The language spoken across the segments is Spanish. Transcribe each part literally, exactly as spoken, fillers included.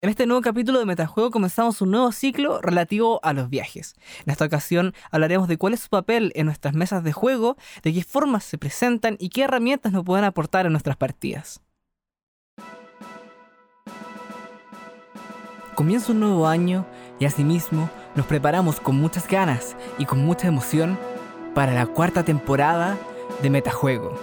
En este nuevo capítulo de Metajuego comenzamos un nuevo ciclo relativo a los viajes. En esta ocasión hablaremos de cuál es su papel en nuestras mesas de juego, de qué formas se presentan y qué herramientas nos pueden aportar en nuestras partidas. Comienza un nuevo año y asimismo nos preparamos con muchas ganas y con mucha emoción para la cuarta temporada de Metajuego.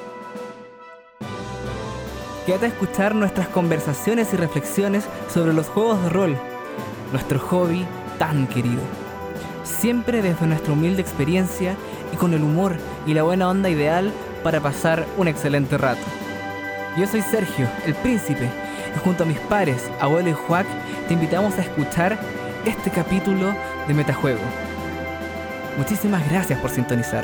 Quédate a escuchar nuestras conversaciones y reflexiones sobre los juegos de rol, nuestro hobby tan querido. Siempre desde nuestra humilde experiencia y con el humor y la buena onda ideal para pasar un excelente rato. Yo soy Sergio, el príncipe, y junto a mis pares, Abuelo y Juac, te invitamos a escuchar este capítulo de Metajuego. Muchísimas gracias por sintonizar.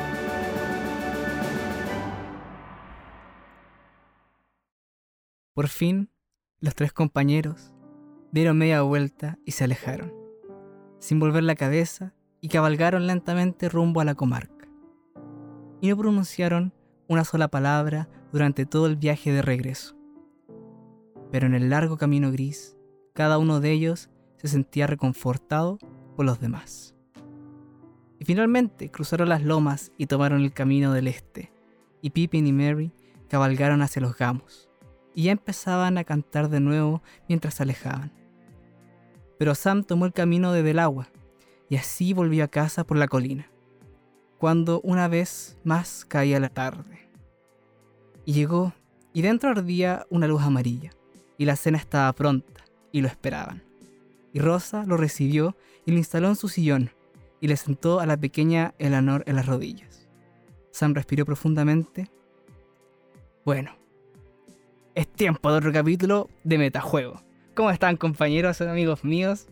Por fin, los tres compañeros dieron media vuelta y se alejaron, sin volver la cabeza, y cabalgaron lentamente rumbo a la comarca. Y no pronunciaron una sola palabra durante todo el viaje de regreso. Pero en el largo camino gris, cada uno de ellos se sentía reconfortado por los demás. Y finalmente cruzaron las lomas y tomaron el camino del este, y Pippin y Merry cabalgaron hacia los gamos. Y ya empezaban a cantar de nuevo mientras se alejaban. Pero Sam tomó el camino de Delagua, y así volvió a casa por la colina, cuando una vez más caía la tarde. Y llegó, y dentro ardía una luz amarilla, y la cena estaba pronta, y lo esperaban. Y Rosa lo recibió y lo instaló en su sillón, y le sentó a la pequeña Eleanor en las rodillas. Sam respiró profundamente. Bueno, es tiempo de otro capítulo de Metajuego. ¿Cómo están, compañeros, amigos míos?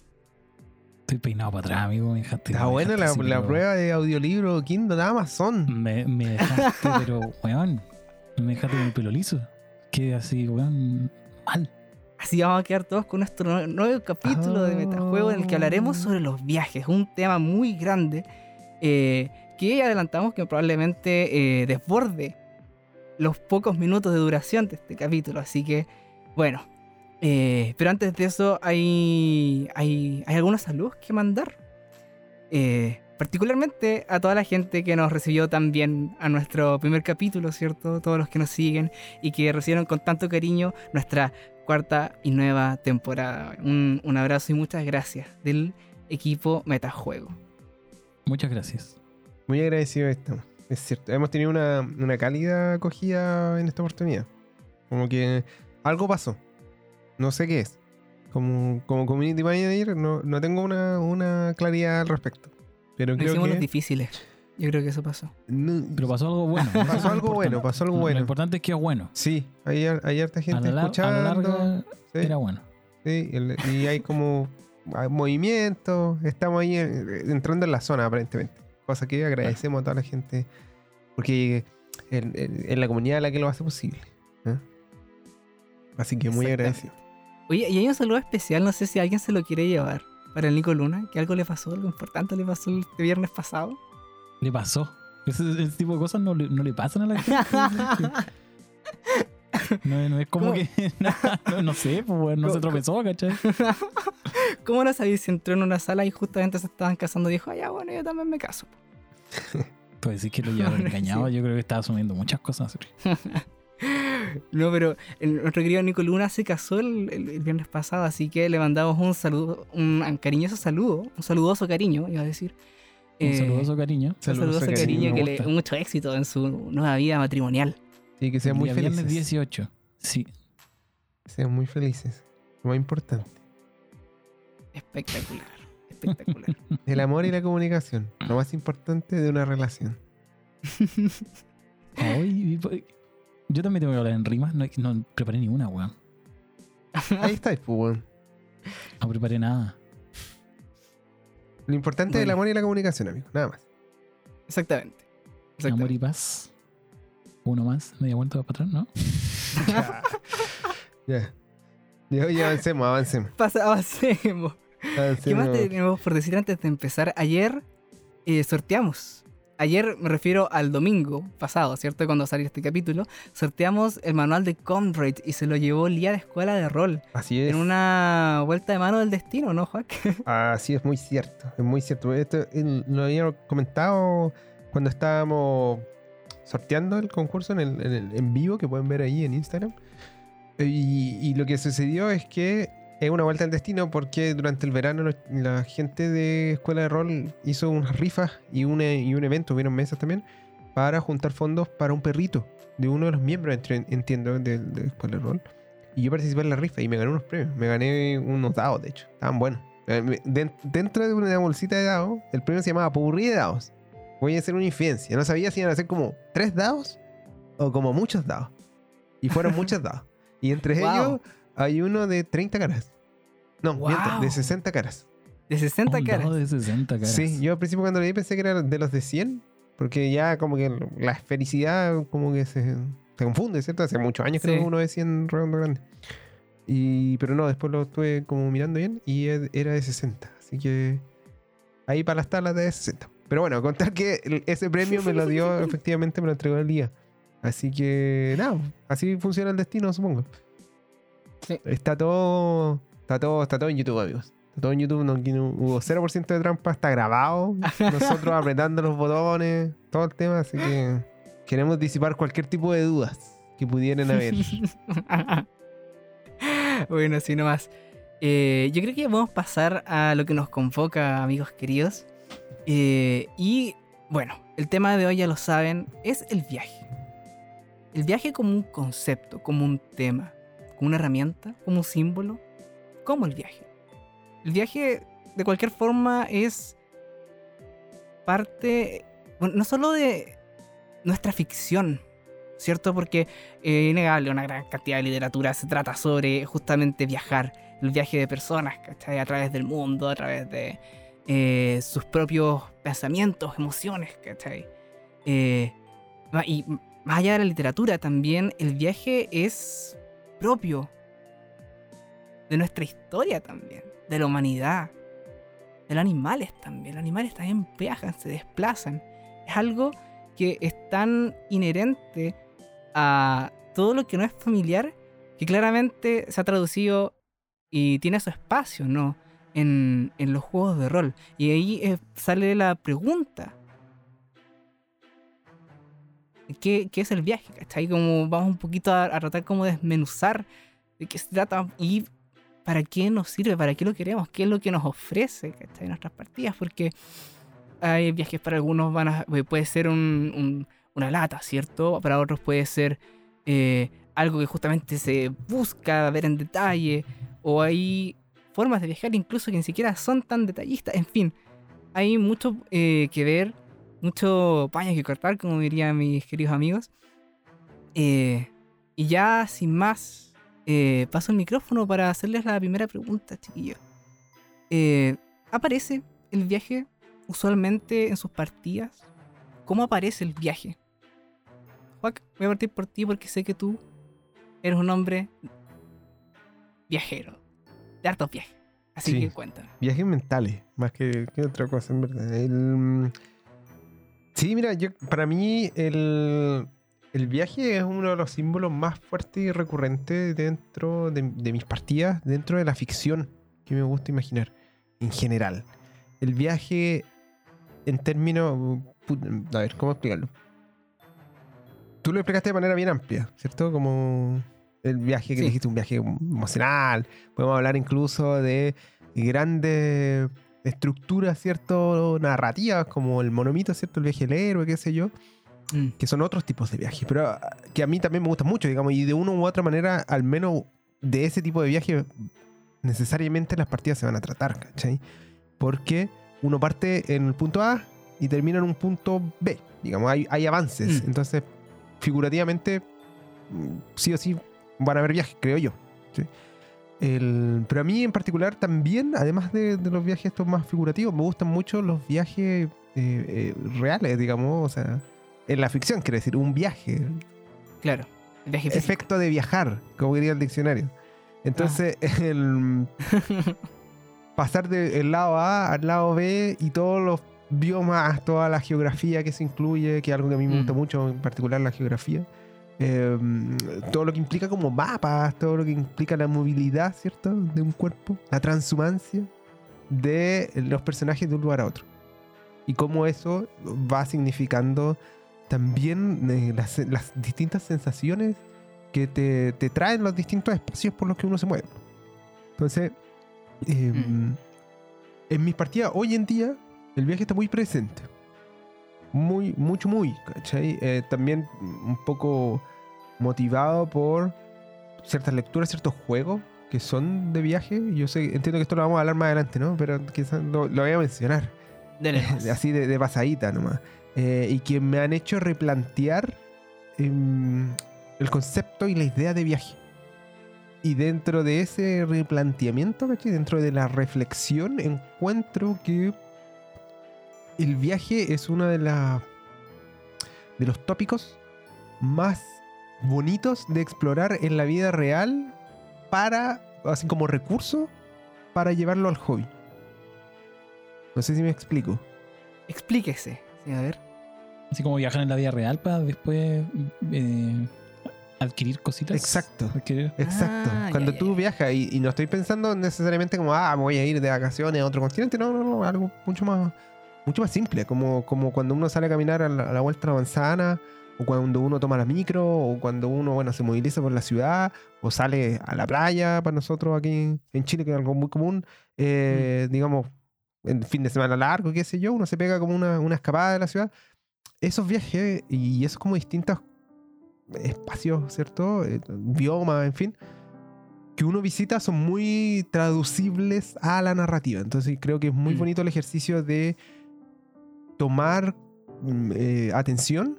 Estoy peinado para atrás, amigo. Me dejaste, Está me buena dejaste la, así, la pero- prueba de audiolibro Kindle de Amazon. Me, me dejaste, pero, weón. Me dejaste con el pelo liso. Quedé así, weón, mal. Así vamos a quedar todos con nuestro nue- nuevo capítulo de Metajuego en el que hablaremos sobre los viajes. Un tema muy grande eh, que adelantamos que probablemente eh, desborde los pocos minutos de duración de este capítulo. Así que, bueno. Eh, pero antes de eso hay, hay, hay algunos saludos que mandar. Eh, particularmente a toda la gente que nos recibió tan bien a nuestro primer capítulo, ¿cierto? Todos los que nos siguen y que recibieron con tanto cariño nuestra cuarta y nueva temporada. Un, un abrazo y muchas gracias del equipo Metajuego. Muchas gracias. Muy agradecido estamos. Es cierto. Hemos tenido una, una cálida acogida en esta oportunidad. Como que algo pasó. No sé qué es. Como, como community manager no, no tengo una, una claridad al respecto. Pero Lo creo hicimos los que difíciles. Yo creo que eso pasó. no- Pero pasó algo bueno. Pasó Eso es lo algo bueno, importante. pasó algo Lo- bueno. Lo importante es que es bueno. sí, hay, har- hay harta A gente la, lar- a la escuchando. larga sí, era bueno. sí, el- y hay como hay movimientos. Estamos ahí eh, entrando en la zona aparentemente. Cosa que agradecemos a toda la gente. Porque en, en- en la comunidad la que lo hace posible. ¿eh? Así que muy Exactamente. agradecido. Oye, y hay un saludo especial, no sé si alguien se lo quiere llevar. Para el Nico Luna, que algo le pasó, algo importante le pasó el este viernes pasado. Le pasó. Ese, ese tipo de cosas no le, no le pasan a la gente. No, no es como ¿Cómo? que. No, no sé, pues, weón, no se tropezó, ¿cachai? ¿Cómo no sabéis si entró en una sala y justamente se estaban casando y dijo, ah, ya, bueno, yo también me caso? Pues decir que lo llevaron Ahora engañado, sí. yo creo que estaba asumiendo muchas cosas. No, pero el- nuestro querido Nico Luna se casó el, el- el viernes pasado, así que le mandamos un saludo, un cariñoso saludo, un saludoso cariño, iba a decir. Un Eh, saludoso cariño. Un Saludoso saludoso cariño, cariño, que me le gusta. mucho éxito en su nueva vida matrimonial. Sí, que sean El muy día viernes felices. dieciocho. Sí. Sean muy felices. Lo más importante. Espectacular, espectacular. El amor y la comunicación. Lo más importante de una relación. Ay, yo también tengo que hablar en rimas. No, no preparé ni una, weón. Ahí está, pues, weón. No preparé nada. Lo importante es el Bueno. amor y la comunicación, amigo. Nada más. Exactamente. Amor Exactamente. y paz. Uno más, media vuelta para atrás, ¿no? Ya. Ya, ya avancemos, avancemos. Pasa, avancemos. ¿Qué más avancemos. tenemos por decir antes de empezar? Ayer eh, sorteamos ayer me refiero al domingo pasado, ¿cierto? Cuando salió este capítulo, sorteamos el manual de Comrade y se lo llevó Lía a la escuela de rol. Así es. En una vuelta de mano del destino, ¿no, Juan? Así es, muy cierto. Es muy cierto. Esto el- lo había comentado cuando estábamos sorteando el concurso en, el, en, el- en vivo, que pueden ver ahí en Instagram. Y, y lo que sucedió es que es una vuelta al destino porque durante el verano los- la gente de escuela de rol hizo unas rifas y, una, y un evento, hubieron mesas también, para juntar fondos para un perrito de uno de los miembros, entre- entiendo, de, de escuela de rol. Y yo participé en la rifa y me gané unos premios. Me gané unos dados, de hecho. Estaban buenos. Eh, me- den- Dentro de una bolsita de dados, el premio se llamaba Purrí de dados. Voy a hacer una infidencia. No sabía si iban a ser como tres dados o como muchos dados. Y fueron muchos dados. Y entre Wow. ellos hay uno de treinta caras. No, Wow. miento, de sesenta caras. De sesenta Un caras. dado de sesenta caras. Sí, yo al principio cuando leí pensé que era de los de cien. Porque ya como que la felicidad como que se, se confunde, ¿cierto? Hace muchos años que Sí. no veo uno de cien redondo grande. Y, pero no, después lo estuve como mirando bien y e- era de sesenta. Así que ahí para las tablas de sesenta. Pero bueno, contar que el- ese premio me lo dio, efectivamente me lo entregó el día. Así que nada, así funciona el destino, supongo. Sí. Está todo, está todo, está todo en YouTube, amigos. Está todo en YouTube, no, aquí no hubo cero por ciento de trampa, está grabado. Nosotros apretando los botones, todo el tema, así que queremos disipar cualquier tipo de dudas que pudieran haber. Bueno, así nomás. Eh, yo creo que vamos a pasar a lo que nos convoca, amigos queridos. Eh, y bueno, el tema de hoy ya lo saben, es el viaje. El viaje como un concepto, como un tema, como una herramienta, como un símbolo, como el viaje. El viaje, de cualquier forma, es parte, bueno, no solo de nuestra ficción, ¿cierto? Porque es innegable, una gran cantidad de literatura se trata sobre justamente viajar, el viaje de personas, ¿cachai? A través del mundo, a través de eh, sus propios pensamientos, emociones, ¿cachai? Eh, ma- y más allá de la literatura, también el viaje es propio de nuestra historia también, de la humanidad, de los animales también. Los animales también viajan, se desplazan. Es algo que es tan inherente a todo lo que no es familiar que claramente se ha traducido y tiene su espacio, ¿no? En, en los juegos de rol. Y ahí eh, sale la pregunta. ¿Qué, qué es el viaje? ¿Cachai? Como vamos un poquito a, a tratar como de desmenuzar de qué se trata y para qué nos sirve, para qué lo queremos, qué es lo que nos ofrece, ¿cachai? Nuestras partidas, porque hay viajes para algunos van a, puede ser un, un- una lata, ¿cierto? Para otros puede ser eh, algo que justamente se busca ver en detalle, o hay formas de viajar incluso que ni siquiera son tan detallistas, en fin, hay mucho eh, que ver, mucho paño que cortar, como dirían mis queridos amigos. Eh, y ya sin más, eh, paso el micrófono para hacerles la primera pregunta, chiquillos. Eh, ¿Aparece el viaje usualmente en sus partidas? ¿Cómo aparece el viaje? Juac, voy a partir por ti porque sé que tú eres un hombre viajero, de hartos viajes. Así Sí. que cuéntame. Viajes mentales, más que, que otra cosa, en verdad. El- Sí, mira, yo, para mí el, el viaje es uno de los símbolos más fuertes y recurrentes dentro de, de mis partidas, dentro de la ficción que me gusta imaginar, en general. El viaje, en términos... pu- A ver, ¿cómo explicarlo? Tú lo explicaste de manera bien amplia, ¿cierto? Como el viaje que Sí. dijiste, un viaje emocional. Podemos hablar incluso de grandes estructuras, ¿cierto? Narrativas, como el monomito, ¿cierto? El viaje del héroe, qué sé yo. Mm, Que son otros tipos de viajes, pero ah, que a mí también me gustan mucho, digamos, y de una u otra manera, al menos de ese tipo de viaje, necesariamente las partidas se van a tratar, ¿cachai? Porque uno parte en el punto A y termina en un punto B, digamos, hay, hay avances, Mm. entonces, figurativamente, mm, sí o sí van a haber viajes, creo yo. ¿sí? El, pero a mí en particular también, además de, de los viajes estos más figurativos, me gustan mucho los viajes eh, eh, reales, digamos, o sea, en la ficción, quiero decir, un viaje, claro, el viaje físico. efecto de viajar, como diría el diccionario. Entonces, el pasar del lado A al lado B y todos los biomas, toda la geografía que se incluye, que es algo que a mí me Mm. gusta mucho, en particular la geografía. Eh, todo lo que implica como mapas, todo lo que implica la movilidad, ¿cierto? De un cuerpo, la transhumancia de los personajes de un lugar a otro. Y cómo eso va significando también eh, las, las distintas sensaciones que te, te traen los distintos espacios por los que uno se mueve. Entonces, eh, Mm. en mis partidas hoy en día, el viaje está muy presente. Muy, mucho, muy, ¿cachai? Eh, también un poco motivado por ciertas lecturas, ciertos juegos que son de viaje. Yo sé, entiendo que esto lo vamos a hablar más adelante, ¿no? Pero quizás lo, lo voy a mencionar. De lejos. Así de, de pasadita nomás. Eh, y que me han hecho replantear em, el concepto y la idea de viaje. Y dentro de ese replanteamiento, ¿cachai? Dentro de la reflexión, encuentro que el viaje es uno de, la, de los tópicos más bonitos de explorar en la vida real para, así como recurso, para llevarlo al hobby. No sé si me explico. Explíquese. Sí, a ver. Así como viajar en la vida real para después eh, adquirir cositas. Exacto. Adquirir- Exacto. Ah, Cuando ya, tú ya. viajas, y, y no estoy pensando necesariamente como, ah, me voy a ir de vacaciones a otro continente. No, no, no. Algo mucho más, mucho más simple. Como, como cuando uno sale a caminar a la, a la vuelta de la manzana, o cuando uno toma la micro, o cuando uno, bueno, se moviliza por la ciudad, o sale a la playa para nosotros aquí en Chile, que es algo muy común. Eh, Digamos, en fin de semana largo, qué sé yo, uno se pega como una, una escapada de la ciudad. Esos viajes y esos como distintos espacios, ¿cierto? Eh, biomas, en fin, que uno visita son muy traducibles a la narrativa. Entonces creo que es muy Mm. bonito el ejercicio de tomar mm, eh, atención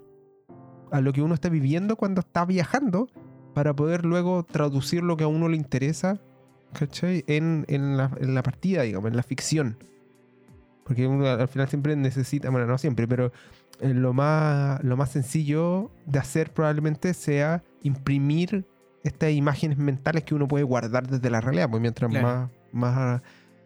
a lo que uno está viviendo cuando está viajando para poder luego traducir lo que a uno le interesa, ¿cachai? En, en, la, en la partida, digamos, en la ficción. Porque uno al final siempre necesita, bueno, no siempre, pero eh, lo más, lo más sencillo de hacer probablemente sea imprimir estas imágenes mentales que uno puede guardar desde la realidad, pues mientras Claro. más, más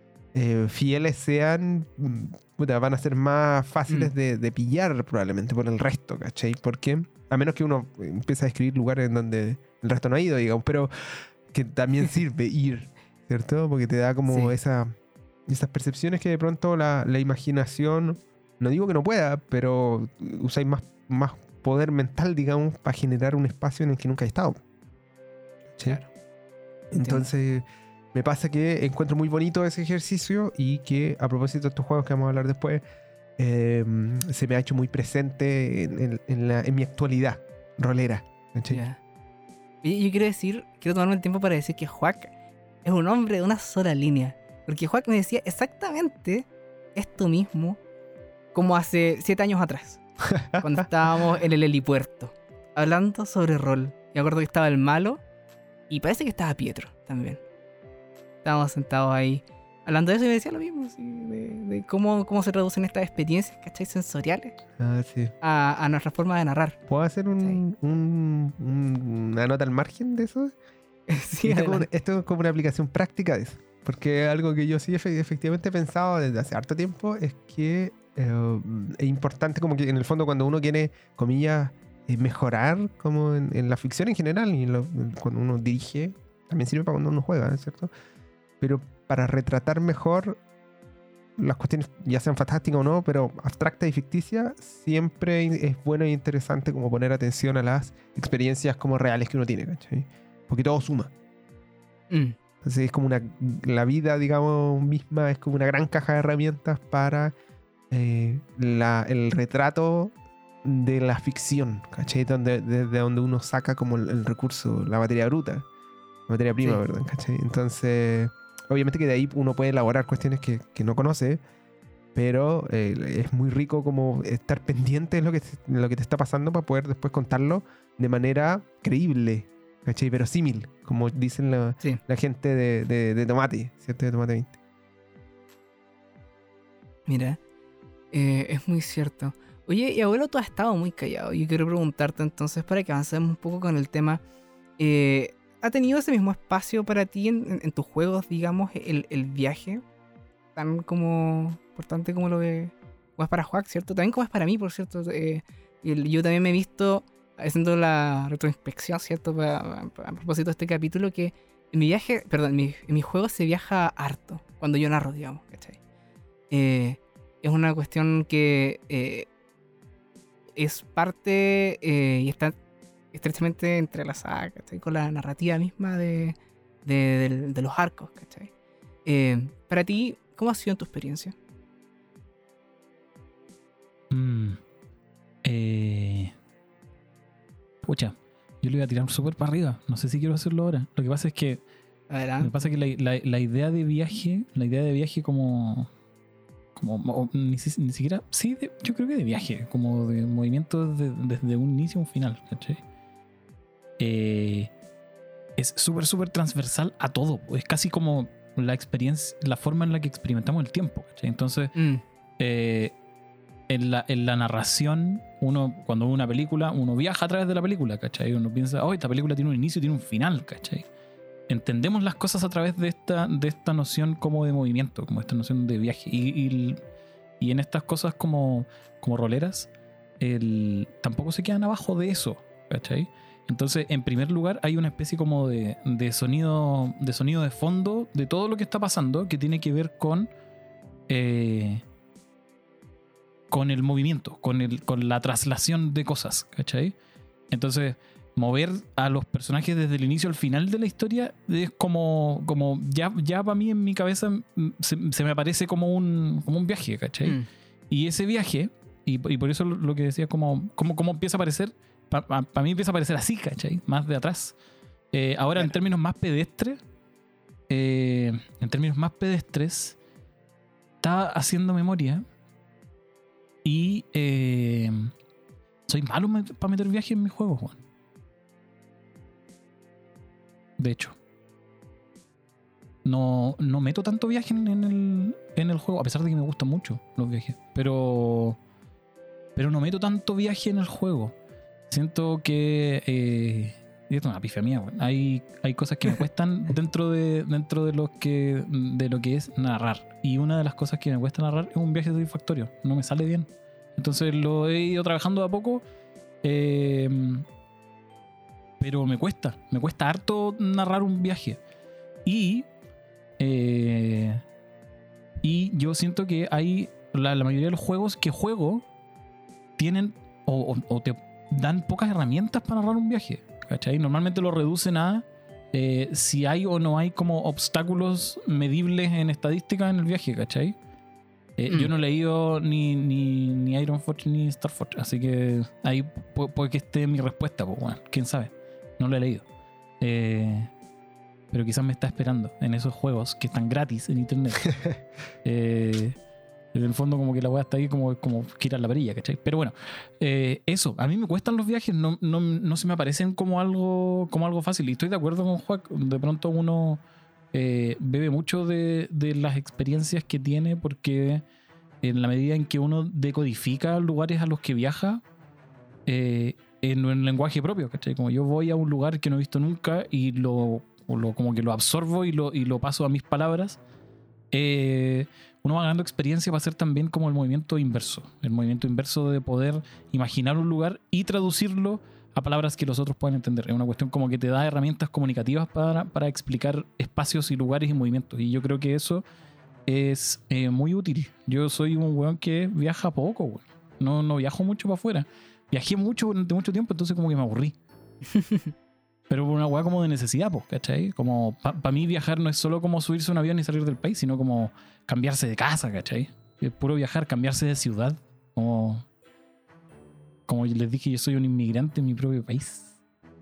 eh, fieles sean, mm, puta, van a ser más fáciles Mm. de, de pillar probablemente por el resto, ¿cachai? Porque a menos que uno empiece a describir lugares en donde el resto no ha ido, digamos, pero que también sirve ir, ¿cierto? Porque te da como Sí. esa, esas percepciones que de pronto la, la imaginación, no digo que no pueda, pero usáis más, más poder mental, digamos, para generar un espacio en el que nunca he estado. ¿Sí? Claro. Entonces, me pasa que encuentro muy bonito ese ejercicio y que, a propósito de estos juegos que vamos a hablar después, eh, se me ha hecho muy presente en, en- en la- en mi actualidad rolera. ¿cachai? Ya. Y yo quiero decir, quiero tomarme el tiempo para decir que Juac es un hombre de una sola línea. Porque Juac me decía exactamente esto mismo como hace siete años atrás. Cuando estábamos en el helipuerto. Hablando sobre rol. Y me acuerdo que estaba el malo. Y parece que estaba Pietro también. Estábamos sentados ahí hablando de eso y me decía lo mismo. ¿Sí? De, de cómo, cómo se traducen estas experiencias, ¿cachai? Sensoriales Ah, sí. a, a nuestra forma de narrar. ¿Puedo hacer un, un- un- una nota al margen de eso? Sí, esto, es como, adelante. esto es como una aplicación práctica de eso. Porque algo que yo sí efe- efectivamente he pensado desde hace harto tiempo es que eh, es importante como que en el fondo cuando uno quiere, comillas, eh, mejorar como en, en la ficción en general y en lo- cuando uno dirige, también sirve para cuando uno juega, ¿cierto? Pero para retratar mejor las cuestiones, ya sean fantásticas o no, pero abstractas y ficticias, siempre es bueno e interesante como poner atención a las experiencias como reales que uno tiene, ¿cachai? Porque todo suma. Mm, Entonces es como una, la vida, digamos, misma es como una gran caja de herramientas para eh, la- el retrato de la ficción, ¿cachai? Donde, desde donde uno saca como el, el recurso, la materia bruta, la materia prima, Sí. ¿verdad? ¿Cachai? Entonces, obviamente que de ahí uno puede elaborar cuestiones que, que no conoce, pero eh, es muy rico como estar pendiente de lo que, te- de lo que te está pasando para poder después contarlo de manera creíble, ¿cachai? Verosímil, como dicen la, sí. la gente de, de, de Tomate, ¿cierto? De Tomate veinte. Mira, eh, es muy cierto. Oye, y abuelo, tú has estado muy callado. Yo quiero preguntarte entonces, para que avancemos un poco con el tema. eh, ¿Ha tenido ese mismo espacio para ti en, en- en tus juegos, digamos, el, el viaje? Tan como importante como lo ve, como es para Juan, ¿cierto? También como es para mí, por cierto. Eh, y el- yo también me he visto haciendo la retroinspección, ¿cierto? Pa- pa- a propósito de este capítulo, que en mi viaje, perdón, en mi, en mi juego se viaja harto, cuando yo narro, digamos, ¿cachai? Eh, es una cuestión que eh, es parte eh, y está estrechamente entrelazada, ¿cachai? Con la narrativa misma de, de, del- de los arcos, ¿cachai? Eh, para ti, ¿cómo ha sido tu experiencia? Mm, eh, pucha, yo le iba a tirar súper para arriba. No sé si quiero hacerlo ahora. Lo que pasa es que me Adelante. pasa que la, la- la idea de viaje, la idea de viaje como, como o ni, si- ni siquiera, sí, de- yo creo que de viaje, como de movimiento de- desde un inicio a un final, ¿cachai? Eh, es súper, súper transversal a todo. Es casi como la experiencia, la forma en la que experimentamos el tiempo, ¿cachai? Entonces, Mm, eh, en la, en la narración, uno, cuando ve una película, uno viaja a través de la película, ¿cachai? Uno piensa, oh, esta película tiene un inicio y tiene un final, ¿cachai? Entendemos las cosas a través de esta, de esta noción como de movimiento, como esta noción de viaje. Y, y, y en estas cosas como, como roleras, el, tampoco se quedan abajo de eso, ¿cachai? Entonces, en primer lugar, hay una especie como de, de sonido de sonido de fondo de todo lo que está pasando que tiene que ver con eh, con el movimiento, con, el, con la traslación de cosas, ¿cachai? Entonces, mover a los personajes desde el inicio al final de la historia es como, como ya, ya para mí en mi cabeza mm, se, se me aparece como un, como un viaje, ¿cachai? mm, Y ese viaje, y, y por eso lo, lo que decía, como, como, como empieza a aparecer, para pa, pa mí empieza a aparecer así, ¿cachai? Más de atrás. Eh, ahora, Claro. en términos más pedestres, eh, en términos más pedestres, estaba haciendo memoria y eh, soy malo para meter viaje en mis juegos, Juan. De hecho, no, no meto tanto viaje en, en el, en el juego, a pesar de que me gustan mucho los viajes, pero, pero no meto tanto viaje en el juego. Siento que eh, y esto es una pifia mía, weón. Hay, hay cosas que me cuestan dentro de dentro de lo que de lo que es narrar. Y una de las cosas que me cuesta narrar es un viaje satisfactorio. No me sale bien. Entonces lo he ido trabajando de a poco. Eh, pero me cuesta. Me cuesta harto narrar un viaje. Y eh, y yo siento que hay la, la mayoría de los juegos que juego tienen o, o, o te dan pocas herramientas para narrar un viaje, ¿cachai? Normalmente lo reducen a eh, si hay o no hay como obstáculos medibles en estadísticas en el viaje, ¿cachai? Eh, Mm. Yo no he leído ni, ni, ni Iron Forge ni Star Forge, así que ahí pu- puede que esté mi respuesta, pues bueno, quién sabe, no lo he leído. Eh, pero quizás me está esperando en esos juegos que están gratis en internet. eh, En el fondo como que la weá está ahí como, como girar la perilla, ¿cachai? Pero bueno, eh, eso, a mí me cuestan los viajes, no, no, no se me aparecen como algo, como algo fácil. Y estoy de acuerdo con Juan, de pronto uno eh, bebe mucho de, de las experiencias que tiene porque en la medida en que uno decodifica lugares a los que viaja, eh, en un lenguaje propio, ¿cachai? Como yo voy a un lugar que no he visto nunca y lo, lo como que lo absorbo y lo, y lo paso a mis palabras, eh, uno va ganando experiencia para hacer también como el movimiento inverso. El movimiento inverso de poder imaginar un lugar y traducirlo a palabras que los otros puedan entender. Es una cuestión como que te da herramientas comunicativas para, para explicar espacios y lugares y movimientos. Y yo creo que eso es eh, muy útil. Yo soy un weón que viaja poco, weón. No, no viajo mucho para afuera. Viajé mucho durante mucho tiempo, entonces como que me aburrí. Pero por una weá como de necesidad, pues, ¿cachai? Como para pa mí viajar no es solo como subirse a un avión y salir del país, sino como cambiarse de casa, ¿cachai? Es puro viajar, cambiarse de ciudad. Como, como les dije, yo soy un inmigrante en mi propio país.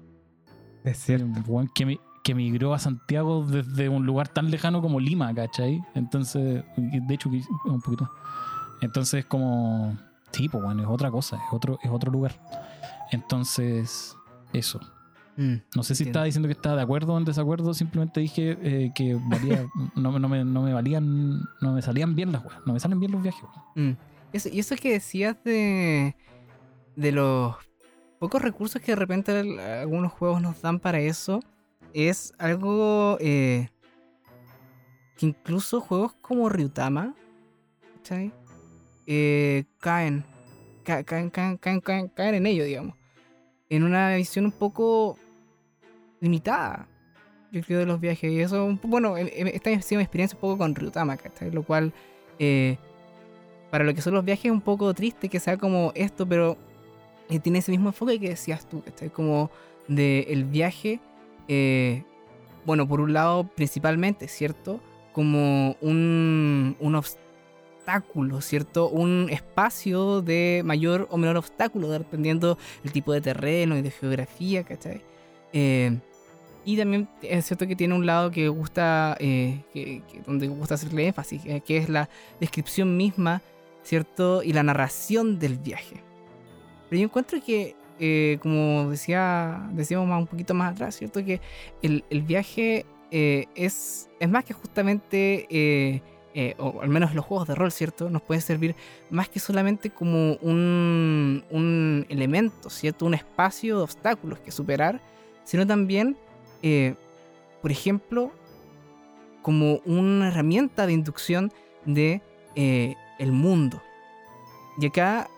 Es Soy cierto. un weón que, mi- que migró a Santiago desde un lugar tan lejano como Lima, ¿cachai? Entonces, de hecho, que- un poquito. Entonces, como... Sí, pues bueno, es otra cosa, es otro, es otro lugar. Entonces, eso. Mm. No sé si Entiendo. estaba diciendo que estaba de acuerdo o en desacuerdo, simplemente dije eh, que valía, no, no, me, no me valían, no me salían bien las weas, no me salen bien los viajes, weón. Mm. Eso, y eso que decías de, de los pocos recursos que de repente el- algunos juegos nos dan para eso, es algo eh, que incluso juegos como Ryutama, ¿cachai? eh, caen, ca- caen, caen, caen, caen, caen en ello, digamos. En una visión un poco limitada, yo creo, de los viajes. Y eso, un po- bueno, en- en- esta ha sido mi experiencia un poco con Ryutama, ¿cachai? Lo cual, eh, para lo que son los viajes, es un poco triste que sea como esto, pero eh, tiene ese mismo enfoque que decías tú, ¿cachai? Como de el viaje, eh, bueno, por un lado, principalmente, ¿cierto? Como un, un obstáculo, ¿cierto? Un espacio de mayor o menor obstáculo, dependiendo el tipo de terreno y de geografía, ¿cachai? Eh, y también es cierto que tiene un lado que gusta, eh, que, que- donde gusta hacerle énfasis, eh, que es la descripción misma, ¿cierto? Y la narración del viaje. Pero yo encuentro que, eh, como decía, decíamos más, un poquito más atrás, ¿cierto? Que el, el viaje eh, es, es más que justamente, eh, eh, o al menos los juegos de rol, ¿cierto? Nos pueden servir más que solamente como un, un elemento, ¿cierto? Un espacio de obstáculos que superar, sino también, eh, por ejemplo, como una herramienta de inducción de eh, el mundo. Y acá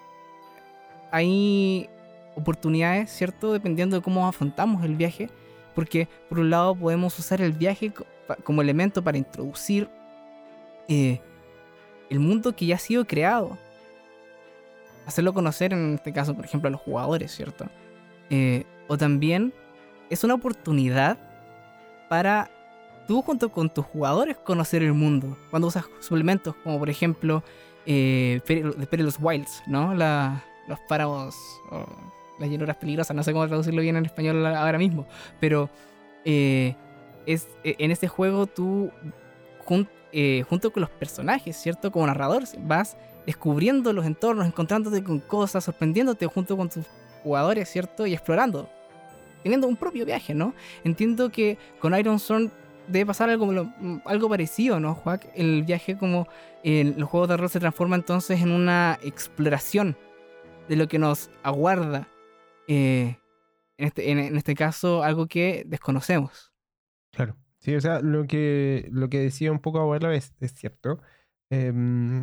hay oportunidades, ¿cierto? Dependiendo de cómo afrontamos el viaje, porque por un lado podemos usar el viaje co- pa- como elemento para introducir eh, el mundo que ya ha sido creado, hacerlo conocer en este caso, por ejemplo, a los jugadores, ¿cierto? Eh, o también es una oportunidad para tú junto con tus jugadores conocer el mundo, cuando usas suplementos como por ejemplo eh, Peril- The Perilous Wilds, ¿no? La, los páramos o las llanuras peligrosas, no sé cómo traducirlo bien en español ahora mismo, pero eh, es, eh, en este juego tú jun- eh, junto con los personajes, ¿cierto? Como narrador vas descubriendo los entornos, encontrándote con cosas, sorprendiéndote junto con tus jugadores, ¿cierto? Y explorando, teniendo un propio viaje, ¿no? Entiendo que con Iron Storm debe pasar algo, lo- algo parecido, ¿no, Juac? El viaje como en los juegos de rol se transforma entonces en una exploración de lo que nos aguarda. eh, en, este, en, en este caso, algo que desconocemos. Claro. Sí, o sea, lo que, lo que decía un poco abuelo es, es cierto. Em,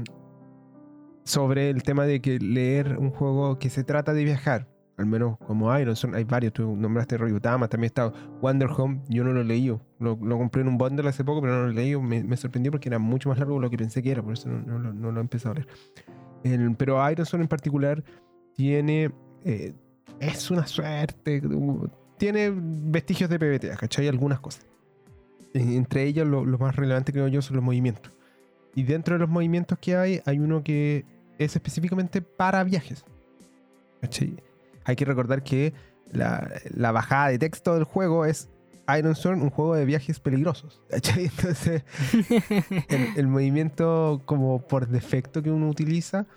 sobre el tema de que leer un juego que se trata de viajar, al menos como Iron Son, hay varios, tú nombraste Ryutama, también está Wonder Home, yo no lo leí, lo, lo compré en un bundle hace poco, pero no lo leí, me, me sorprendió porque era mucho más largo de lo que pensé que era, por eso no, no, lo- no lo he empezado a leer. El- pero Iron Son en particular tiene, eh, es una suerte, uh, tiene vestigios de P B T, ¿cachai? Algunas cosas. Eh, Entre ellas lo, lo más relevante creo yo son los movimientos. Y dentro de los movimientos que hay, hay uno que es específicamente para viajes. ¿Cachai? Hay que recordar que la, la bajada de texto del juego es Iron Storm, un juego de viajes peligrosos. ¿Cachai? Entonces, el, el movimiento como por defecto que uno utiliza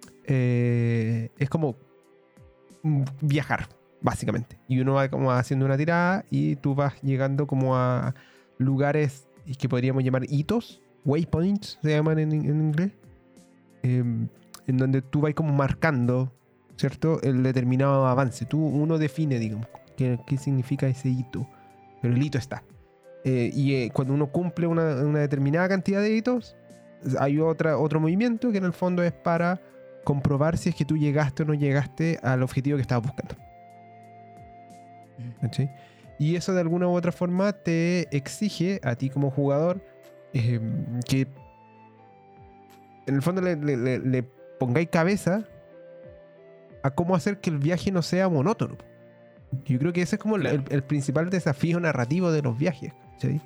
eh, es como mm, viajar, básicamente. Y uno va como haciendo una tirada y tú vas llegando como a lugares que podríamos llamar hitos, waypoints se llaman en, en inglés, eh, en donde tú vas como marcando, ¿cierto? El determinado avance. Tú, uno define, digamos, qué, qué significa ese hito, pero el hito está. Eh, y eh, cuando uno cumple una, una determinada cantidad de hitos, hay otra, otro movimiento que en el fondo es para comprobar si es que tú llegaste o no llegaste al objetivo que estabas buscando. ¿Cachai? Y eso de alguna u otra forma te exige a ti como jugador eh, que en el fondo le, le, le, le pongáis cabeza a cómo hacer que el viaje no sea monótono. Yo creo que ese es como Claro. el, el principal desafío narrativo de los viajes, ¿cachai?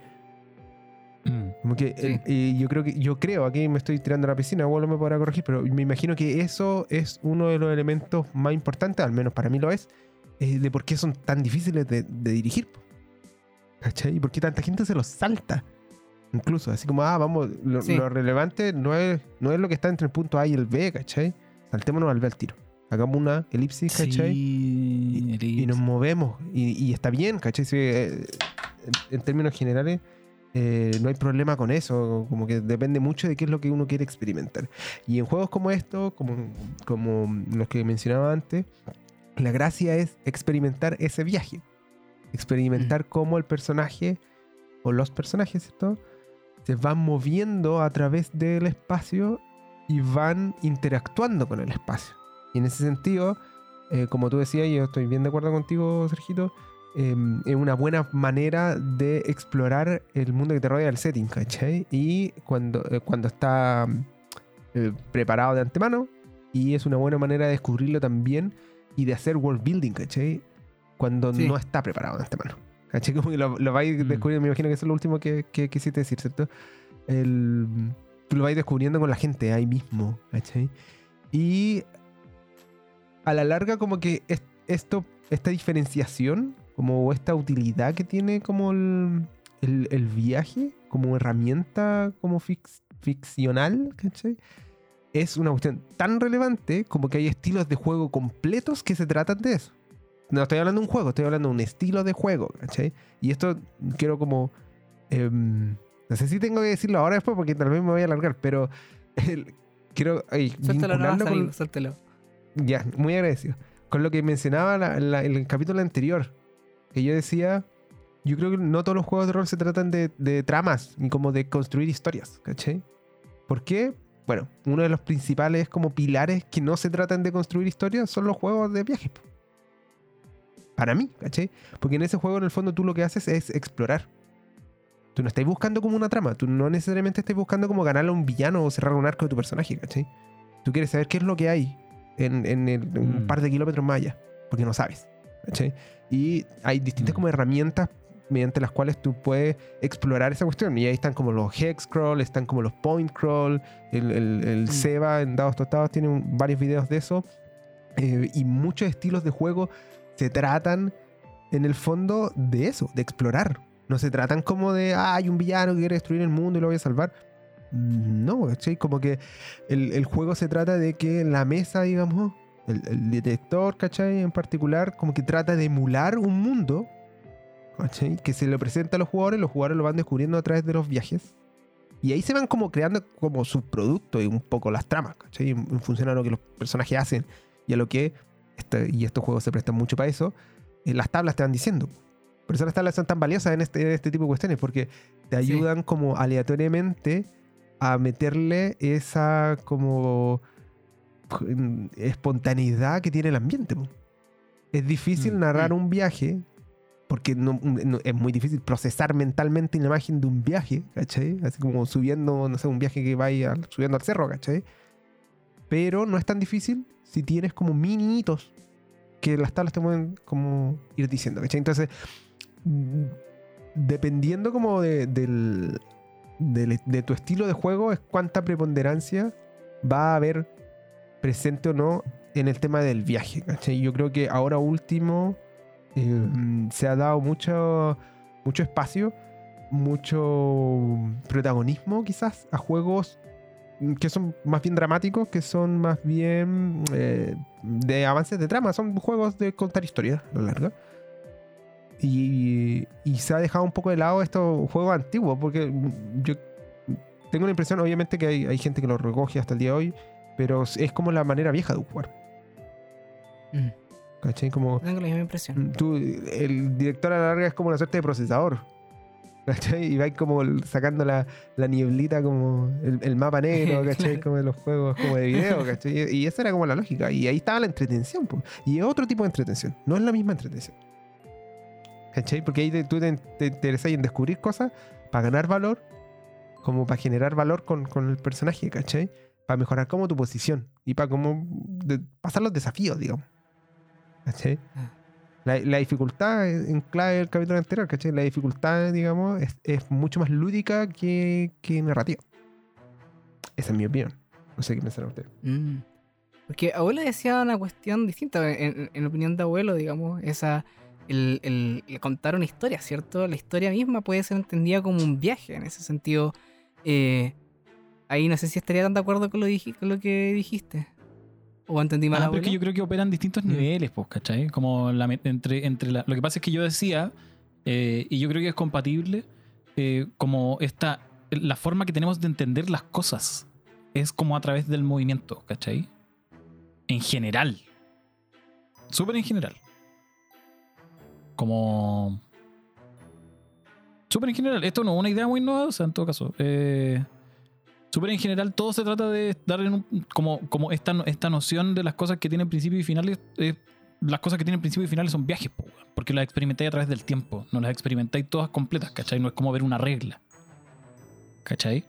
Mm. Como que Sí. el- y yo creo que yo creo, aquí me estoy tirando a la piscina, igual me podrá corregir, pero me imagino que eso es uno de los elementos más importantes, al menos para mí lo es, eh, de por qué son tan difíciles de, de dirigir. po. ¿Cachai? Y por qué tanta gente se los salta. Incluso, así como, ah, vamos, lo, Sí. lo relevante no es, no es lo que está entre el punto A y el B, ¿cachai? Saltémonos al B al tiro. Hagamos una elipsis, ¿cachai? Sí, Y nos movemos. Y, y está bien, ¿cachai? Sí, eh, en, en términos generales, eh, no hay problema con eso. Como que depende mucho de qué es lo que uno quiere experimentar. Y en juegos como estos, como, como los que mencionaba antes, la gracia es experimentar ese viaje. Experimentar cómo el personaje, o los personajes, ¿cierto? Se van moviendo a través del espacio y van interactuando con el espacio. Y en ese sentido, eh, como tú decías, y yo estoy bien de acuerdo contigo, Sergito, eh, es una buena manera de explorar el mundo que te rodea, el setting, ¿cachai? Y cuando, eh, cuando está eh, preparado de antemano, y es una buena manera de descubrirlo también y de hacer world building, ¿cachai? Cuando Sí. no está preparado de antemano. ¿Cachai? Como que lo, lo vais Mm. descubriendo, me imagino que eso es lo último que, que quisiste decir, ¿cierto? El, tú lo vais descubriendo con la gente ahí mismo, ¿cachai? Y a la larga como que es, esto, esta diferenciación, como esta utilidad que tiene como el, el, el viaje, como herramienta como fix, ficcional, ¿cachai? Es una cuestión tan relevante como que hay estilos de juego completos que se tratan de eso. No estoy hablando de un juego, estoy hablando de un estilo de juego, ¿cachai? Y esto quiero como... Eh, no sé si tengo que decirlo ahora o después porque tal vez me voy a alargar, pero el, quiero ay, Suéltalo nomás, vincularlo con... amigo, suéltalo. Ya, muy agradecido. Con lo que mencionaba la, la, el capítulo anterior, que yo decía, yo creo que no todos los juegos de rol se tratan de, de tramas ni como de construir historias, ¿cachai? ¿Por qué? Bueno, uno de los principales como pilares que no se tratan de construir historias son los juegos de viajes. Para mí, ¿cachai? Porque en ese juego en el fondo tú lo que haces es explorar. Tú no estás buscando como una trama, tú no necesariamente estás buscando como ganarle a un villano o cerrar un arco de tu personaje, ¿cachai? Tú quieres saber qué es lo que hay en, en, el, en un Mm. par de kilómetros más allá, porque no sabes, ¿cachai? Y hay distintas Mm. como herramientas mediante las cuales tú puedes explorar esa cuestión. Y ahí están como los hex crawl, están como los point crawl, el, el, el Mm. Seba en Dados Tostados tiene un- varios videos de eso. Eh, y muchos estilos de juego se tratan en el fondo de eso, de explorar. No se tratan como de, ah, hay un villano que quiere destruir el mundo y lo voy a salvar. No, ¿cachai? Como que el, el juego se trata de que la mesa, digamos, el, el detector, ¿cachai? En particular, como que trata de emular un mundo, ¿cachai? Que se lo presenta a los jugadores, los jugadores lo van descubriendo a través de los viajes. Y ahí se van como creando como subproductos y un poco las tramas, ¿cachai? En, en función a lo que los personajes hacen y a lo que, este, y estos juegos se prestan mucho para eso, eh, las tablas te van diciendo. Por eso las tablas son tan valiosas en este, en este tipo de cuestiones, porque te Sí. ayudan como aleatoriamente a meterle esa como espontaneidad que tiene el ambiente. Po. Es difícil Mm. narrar Mm. un viaje, porque no, no- es muy difícil procesar mentalmente la imagen de un viaje, ¿cachai? Así como subiendo, no sé, un viaje que vaya subiendo al cerro, ¿cachai? Pero no es tan difícil si tienes como mini hitos que las tablas te pueden como ir diciendo, ¿cachai? Entonces, mm, dependiendo como de, del, del- de tu estilo de juego, es cuánta preponderancia va a haber presente o no en el tema del viaje, ¿cachai? Yo creo que ahora último eh, mm, se ha dado mucho, mucho espacio, mucho protagonismo quizás a juegos mm, que son más bien dramáticos, que son más bien eh, de avances de trama, son juegos de contar historias a la larga. Y, y se ha dejado un poco de lado estos juegos antiguos, porque mm, yo tengo la impresión, obviamente, que hay, hay gente que lo recoge hasta el día de hoy, pero es como la manera vieja de jugar. Mm. ¿Cachai? Como Tengo la misma impresión. tú, el director a la larga es como una suerte de procesador. ¿Cachai? Y va como el- sacando la, la nieblita, como el, el mapa negro, ¿cachai? Claro. Como de los juegos como de video, ¿cachai? Y esa era como la lógica. Y ahí estaba la entretención, po. Y es otro tipo de entretención. No es la misma entretención. ¿Cachai? Porque ahí te- tú te, te interesas en descubrir cosas para ganar valor, como para generar valor con, con el personaje, ¿cachai? Para mejorar como tu posición y para como de- pasar los desafíos, digamos. ¿Cachai? Ah. La, la dificultad, en clave del capítulo anterior, ¿cachai? La dificultad, digamos, es, es mucho más lúdica que, que narrativa. Esa es mi opinión. No sé qué pensará usted. Mm. Porque abuelo decía una cuestión distinta, en, en opinión de abuelo, digamos, esa, el, el- el contar una historia, ¿cierto? La historia misma puede ser entendida como un viaje, en ese sentido. eh, ahí no sé si estaría tan de acuerdo con lo, dij- con lo que dijiste. ¿O entendí mal, Ah, pero es abuelo? que yo creo que operan distintos Mm. niveles, pues, ¿cachai? Como la, met- entre, entre la, lo que pasa es que yo decía, eh, y yo creo que es compatible, eh, como esta, la forma que tenemos de entender las cosas es como a través del movimiento, ¿cachai? En general. Súper en general. Como... Súper en general. Esto no es una idea muy novedosa en todo caso. Eh, Súper en general, todo se trata de darle un, como, como esta, esta noción de las cosas que tienen principios y finales. Eh, las cosas que tienen principios y finales son viajes, po, porque las experimentáis a través del tiempo. No las experimentáis todas completas, ¿cachai? No es como ver una regla, ¿cachai?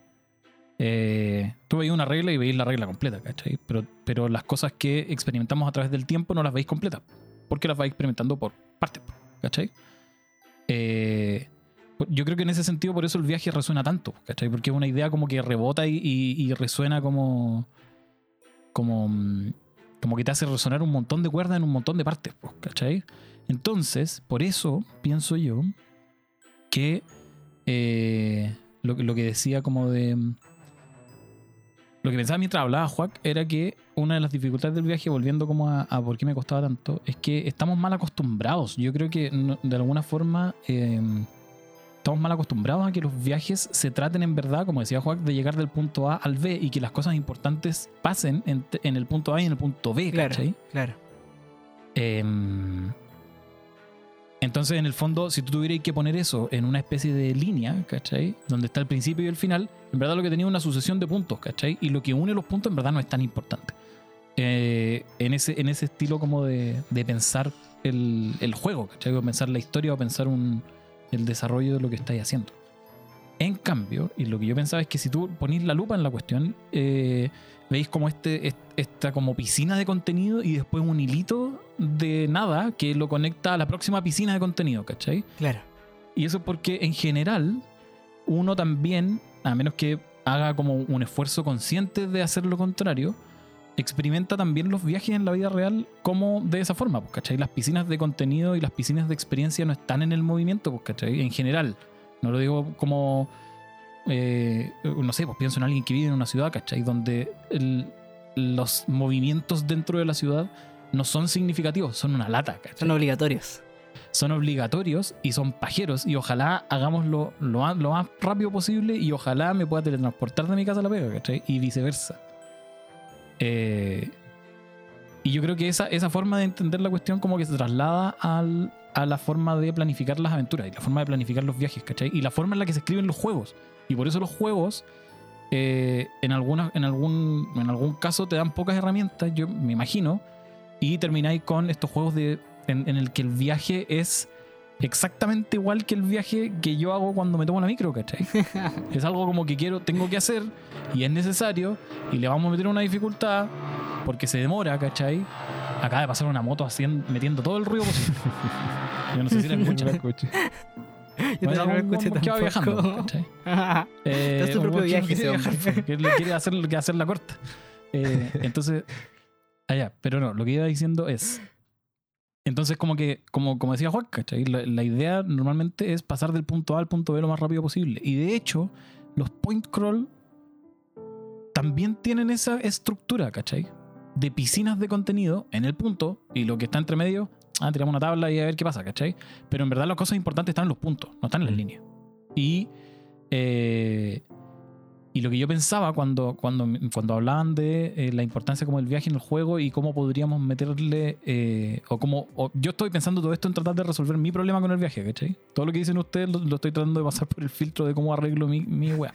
Eh, tú veis una regla y veis la regla completa, ¿cachai? Pero, pero las cosas que experimentamos a través del tiempo no las veis completas, porque las vais experimentando por partes, ¿cachai? Eh... Yo creo que en ese sentido por eso el viaje resuena tanto, ¿cachai? Porque es una idea como que rebota y, y, y resuena como, como como que te hace resonar un montón de cuerdas en un montón de partes, ¿cachai? Entonces, por eso pienso yo que eh, lo, lo que decía como de... Lo que pensaba mientras hablaba Juac era que una de las dificultades del viaje, volviendo como a, a por qué me costaba tanto, es que estamos mal acostumbrados. Yo creo que no, de alguna forma... Eh, estamos mal acostumbrados a que los viajes se traten en verdad, como decía Juan, de llegar del punto A al B y que las cosas importantes pasen en, en el punto A y en el punto B, claro, ¿cachai? Claro. Eh, entonces, en el fondo, si tú tuvieras que poner eso en una especie de línea, ¿cachai? Donde está el principio y el final, en verdad lo que tenía es una sucesión de puntos, ¿cachai? Y lo que une los puntos en verdad no es tan importante. Eh, en, ese, en ese estilo como de, de pensar el, el juego, ¿cachai? O pensar la historia o pensar un... el desarrollo de lo que estáis haciendo. En cambio, y lo que yo pensaba es que si tú ponís la lupa en la cuestión, eh, veis como este, esta como piscina de contenido y después un hilito de nada que lo conecta a la próxima piscina de contenido, ¿cachai? Claro. Y eso porque en general uno también, a menos que haga como un esfuerzo consciente de hacer lo contrario, experimenta también los viajes en la vida real como de esa forma, pues, ¿cachai? Las piscinas de contenido y las piscinas de experiencia no están en el movimiento, pues, ¿cachai? En general, no lo digo como eh, no sé, pues pienso en alguien que vive en una ciudad, ¿cachai? Donde el, los movimientos dentro de la ciudad no son significativos, son una lata, ¿cachai? Son obligatorios. Son obligatorios y son pajeros y ojalá hagámoslo lo, lo más rápido posible y ojalá me pueda teletransportar de mi casa a la pega, ¿cachai? Y viceversa. Eh, y yo creo que esa, esa forma de entender la cuestión como que se traslada al, a la forma de planificar las aventuras y la forma de planificar los viajes, ¿cachai? Y la forma en la que se escriben los juegos. Y por eso los juegos eh, en, alguna, en, algún, en algún caso te dan pocas herramientas, yo me imagino, y termináis con estos juegos de, en, en el que el viaje es exactamente igual que el viaje que yo hago cuando me tomo la micro, ¿cachai? Es algo como que quiero, tengo que hacer y es necesario y le vamos a meter una dificultad porque se demora, ¿cachai? Acaba de pasar una moto haciendo, metiendo todo el ruido posible. Yo no sé si la escuchan. No la escuché. Yo Bueno, también algún lo escuché weón que va viajando, tampoco. ¿cachai? Eh, Es tu un propio weón que viaje, quiere ese viajar, hombre. que le quiere hacer, que hacer la corta. Eh, entonces, allá, pero no, lo que iba diciendo es... Entonces, como que, como, como decía Juan, ¿cachai? La, la idea normalmente es pasar del punto A al punto B lo más rápido posible. Y de hecho, los point crawl también tienen esa estructura, ¿cachai? De piscinas de contenido en el punto y lo que está entre medio, ah, tiramos una tabla y a ver qué pasa, ¿cachai? Pero en verdad las cosas importantes están en los puntos, no están en las líneas. Y, eh, y lo que yo pensaba cuando, cuando, cuando hablaban de eh, la importancia como del viaje en el juego y cómo podríamos meterle, eh, o cómo, o yo estoy pensando todo esto en tratar de resolver mi problema con el viaje, ¿cachai? Todo lo que dicen ustedes lo, lo estoy tratando de pasar por el filtro de cómo arreglo mi, mi weá.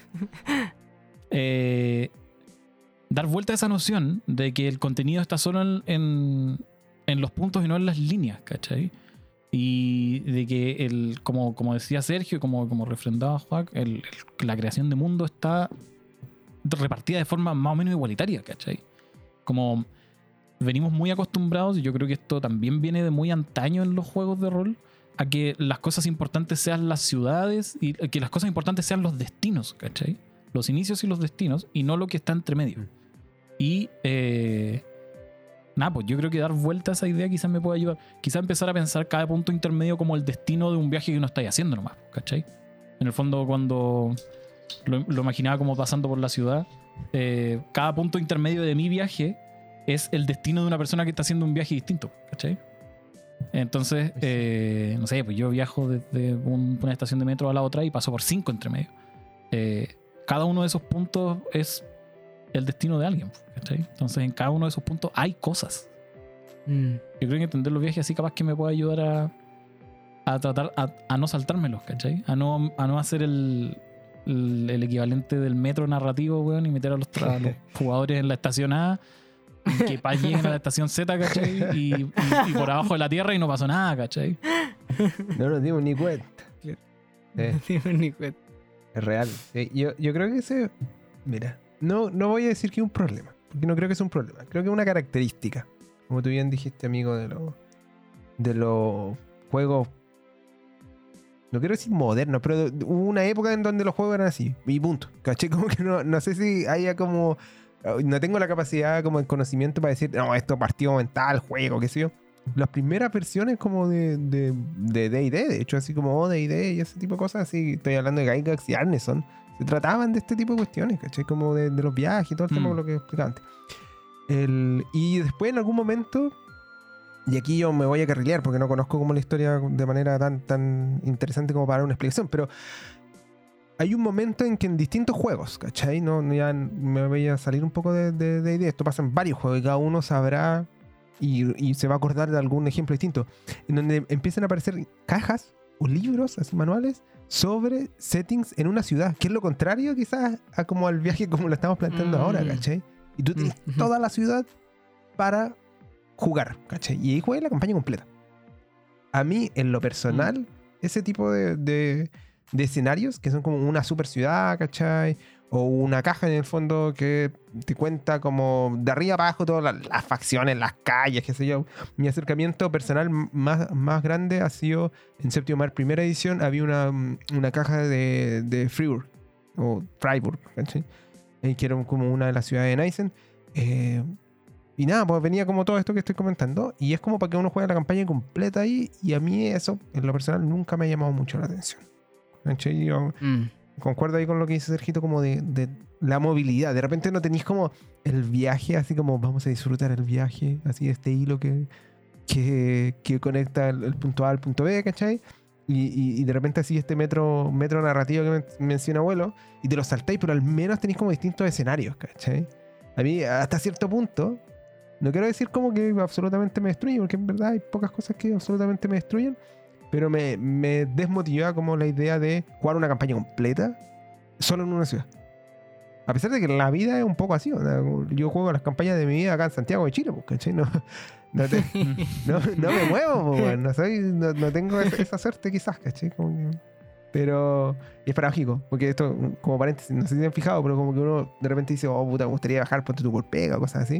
Eh, dar vuelta a esa noción de que el contenido está solo en, en, en los puntos y no en las líneas, ¿cachai? Y de que, el, como, como decía Sergio, como, como refrendaba Juan, el, el, la creación de mundo está repartida de forma más o menos igualitaria, ¿cachai? Como venimos muy acostumbrados, y yo creo que esto también viene de muy antaño en los juegos de rol, a que las cosas importantes sean las ciudades y que las cosas importantes sean los destinos, ¿cachai? Los inicios y los destinos, y no lo que está entre medio. Y eh, nada, pues yo creo que dar vuelta a esa idea quizás me pueda ayudar. Quizás empezar a pensar cada punto intermedio como el destino de un viaje que uno estáis haciendo nomás, ¿cachai? En el fondo, cuando lo, lo imaginaba como pasando por la ciudad, eh, cada punto intermedio de mi viaje es el destino de una persona que está haciendo un viaje distinto, ¿cachai? Entonces, eh, no sé, pues yo viajo desde un, una estación de metro a la otra y paso por cinco entre medio. Eh, cada uno de esos puntos es el destino de alguien, ¿cachai? Entonces en cada uno de esos puntos hay cosas. Mm. Yo creo que entender los viajes así capaz que me puede ayudar a, a tratar a, a no saltármelos, ¿cachai? A no, a no hacer el el, el equivalente del metro narrativo, weón, y meter a los, a los jugadores en la estación A, y que pa lleguen a la estación Z, ¿cachai? Y, y, y por abajo de la tierra y no pasó nada, ¿cachai? No nos dimos ni cuenta. Claro. Eh, No tengo ni cuenta. es real. Eh, yo, yo creo que ese... Mira, no, no voy a decir que es un problema, porque no creo que es un problema. Creo que es una característica. Como tú bien dijiste, amigo, de los de los juegos... No quiero decir modernos, pero hubo una época en donde los juegos eran así. Y punto. ¿Cachai? Como que no, no sé si haya como... No tengo la capacidad como el conocimiento para decir, no, esto partido mental, juego, qué sé yo. Las primeras versiones como de de de D and D, de hecho, así como oh, D and D y ese tipo de cosas, así, estoy hablando de Gygax y Arneson, se trataban de este tipo de cuestiones, ¿cachai? Como de, de los viajes y todo el Mm. tema, lo que explicaba antes. El, y después en algún momento, y aquí yo me voy a carrilear porque no conozco como la historia de manera tan, tan interesante como para dar una explicación, pero hay un momento en que en distintos juegos, ¿cachai? No, no, ya me voy a salir un poco de, de, de idea. Esto pasa en varios juegos y cada uno sabrá y, y se va a acordar de algún ejemplo distinto. En donde empiezan a aparecer cajas o libros, así manuales, sobre settings en una ciudad, que es lo contrario quizás a como al viaje como lo estamos planteando Mm. ahora, ¿cachai? Y tú tienes Mm. toda la ciudad para jugar, ¿cachai? Y ahí juegas la campaña completa. A mí, en lo personal, ese tipo de, de, de escenarios, que son como una super ciudad, ¿cachai? O una caja en el fondo que te cuenta como de arriba abajo todas las, las facciones, las calles, qué sé yo. Mi acercamiento personal más, más grande ha sido en Séptimo Mar, primera edición, había una, una caja de, de Fribourg, o Freiburg, ¿cachai? Eh, que era como una de las ciudades de Neisen. Eh, y nada, pues venía como todo esto que estoy comentando. Y es como para que uno juegue la campaña completa ahí. Y a mí eso, en lo personal, nunca me ha llamado mucho la atención. ¿Cachai? Yo Mm. concuerdo ahí con lo que dice Sergito, como de, de la movilidad. De repente no tenéis como el viaje, así como vamos a disfrutar el viaje, así este hilo que, que, que conecta el, el punto A al punto B, ¿cachai? Y, y, y de repente así este metro, metro narrativo que men- menciona abuelo, y te lo saltáis, pero al menos tenéis como distintos escenarios, ¿cachai? A mí, hasta cierto punto, no quiero decir como que absolutamente me destruye, porque en verdad hay pocas cosas que absolutamente me destruyen, pero me, me desmotiva como la idea de jugar una campaña completa solo en una ciudad. A pesar de que la vida es un poco así, ¿no? Yo juego las campañas de mi vida acá en Santiago de Chile, pues, ¿cachai? No, no, te- no, no me muevo, pues, weón. no, soy, no, no tengo esa, esa suerte quizás, ¿cachai? Como que- pero y es paradójico, porque esto, como paréntesis, no sé si se han fijado, pero como que uno de repente dice, oh puta, me gustaría bajar, ponte tu por pega o cosas así,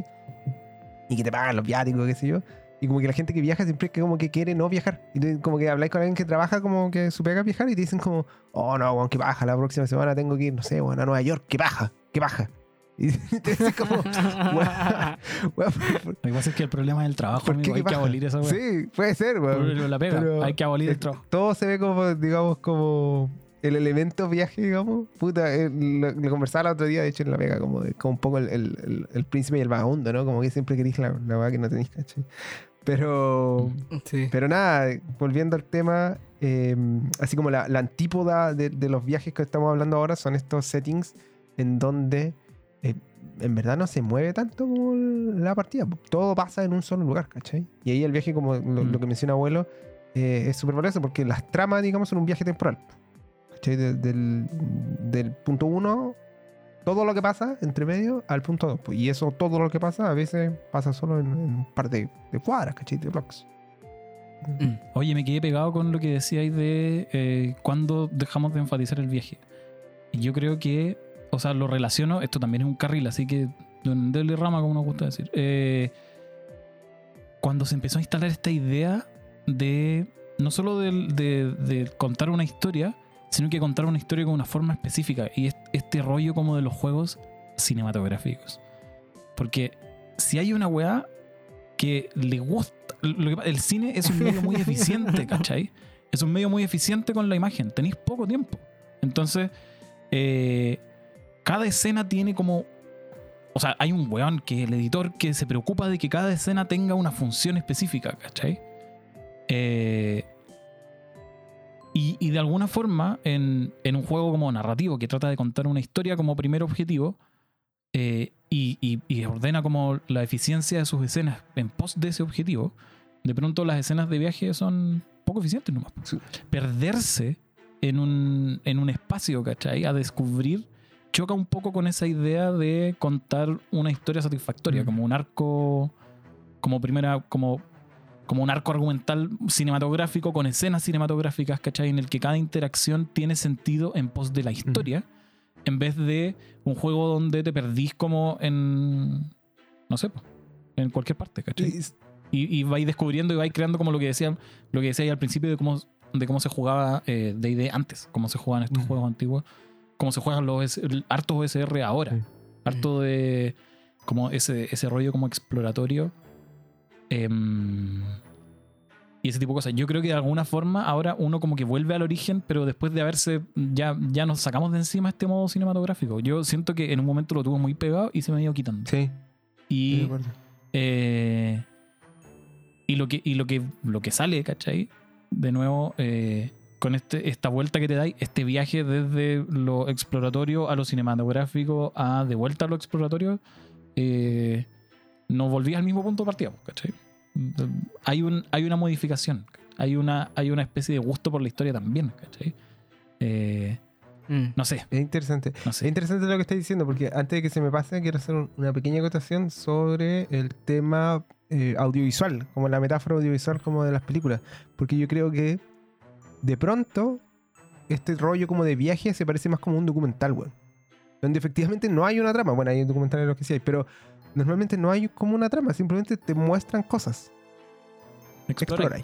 y que te pagan los viáticos, qué sé yo. Y como que la gente que viaja siempre es que como que quiere no viajar. Y tú como que habláis con alguien que trabaja como que su pega es viajar y te dicen como, oh no, weón, qué paja, la próxima semana tengo que ir, no sé, weón, a Nueva York, qué paja, qué paja. Y te dicen como, weón, weón, ¿por- Lo que pasa es que el problema es el trabajo, por qué amigo. qué Hay que paja? abolir esa weá. Sí, puede ser, weón. La pega, Pero- hay que abolir el Eh, trabajo. Todo se ve como, digamos, como el elemento viaje, digamos. Puta, eh, lo, lo conversaba el otro día, de hecho, en la pega, como, de, como un poco el, el, el, el príncipe y el vagabundo, ¿no? Como que siempre queréis la, la weá que no tenéis, ¿cachai? Pero, Sí. pero nada, volviendo al tema, eh, así como la, la antípoda de, de los viajes que estamos hablando ahora son estos settings en donde eh, en verdad no se mueve tanto como la partida. Todo pasa en un solo lugar, ¿cachai? Y ahí el viaje, como lo, Mm. lo que menciona abuelo, eh, es súper valioso porque las tramas, digamos, son un viaje temporal. ¿Cachai? De- del, del punto uno, todo lo que pasa entre medio al punto dos. Y eso, todo lo que pasa, a veces pasa solo en, en un par de, de cuadras, ¿cachai? De blocks. Mm. Oye, me quedé pegado con lo que decíais de eh, cuándo dejamos de enfatizar el viaje. Y yo creo que, o sea, lo relaciono, esto también es un carril, así que de rama, como nos gusta decir. Eh, cuando se empezó a instalar esta idea de, no solo de, de, de contar una historia, sino que contar una historia con una forma específica. Y es, este rollo como de los juegos cinematográficos. Porque si hay una weá que le gusta, lo que, el cine es un medio muy eficiente, ¿cachai? Es un medio muy eficiente con la imagen. Tenéis poco tiempo. Entonces, eh, cada escena tiene como... O sea, hay un weón que es el editor que se preocupa de que cada escena tenga una función específica, ¿cachai? Eh, y, y de alguna forma, en, en un juego como narrativo que trata de contar una historia como primer objetivo, eh, y, y, y ordena como la eficiencia de sus escenas en pos de ese objetivo, de pronto las escenas de viaje son poco eficientes nomás. Sí. Perderse en un, en un espacio, ¿cachai? A descubrir, choca un poco con esa idea de contar una historia satisfactoria, Mm. como un arco, como primera, como, como un arco argumental cinematográfico con escenas cinematográficas, ¿cachai? En el que cada interacción tiene sentido en pos de la historia, mm. en vez de un juego donde te perdís como en, no sé, en cualquier parte, ¿cachai? Y, y vais descubriendo y vais creando como lo que decían, lo que decía ahí al principio de cómo, de cómo se jugaba eh, D and D antes, cómo se jugaban estos mm. juegos antiguos, cómo se juegan los hartos O S R ahora, mm. harto de como ese, ese rollo como exploratorio eh, y ese tipo de cosas. Yo creo que de alguna forma ahora uno como que vuelve al origen, pero después de haberse ya, ya nos sacamos de encima este modo cinematográfico. Yo siento que en un momento lo tuve muy pegado y se me ha ido quitando. Sí. Y eh, Y lo que, y lo que, lo que sale, ¿cachai? De nuevo, eh, con este, esta vuelta que te dais, este viaje desde lo exploratorio a lo cinematográfico a de vuelta a lo exploratorio, eh, no volví al mismo punto de partida, ¿cachai? Hay, un, hay una modificación, hay una, hay una especie de gusto por la historia también, ¿cachai? Eh, mm. No sé. Es interesante. No sé. Es interesante lo que estás diciendo, porque antes de que se me pase, quiero hacer un, una pequeña acotación sobre el tema eh, audiovisual, como la metáfora audiovisual como de las películas. Porque yo creo que de pronto este rollo como de viaje se parece más como un documental, güey. Donde efectivamente no hay una trama. Bueno, hay documentales de los que sí hay, pero normalmente no hay como una trama, simplemente te muestran cosas. Explorar.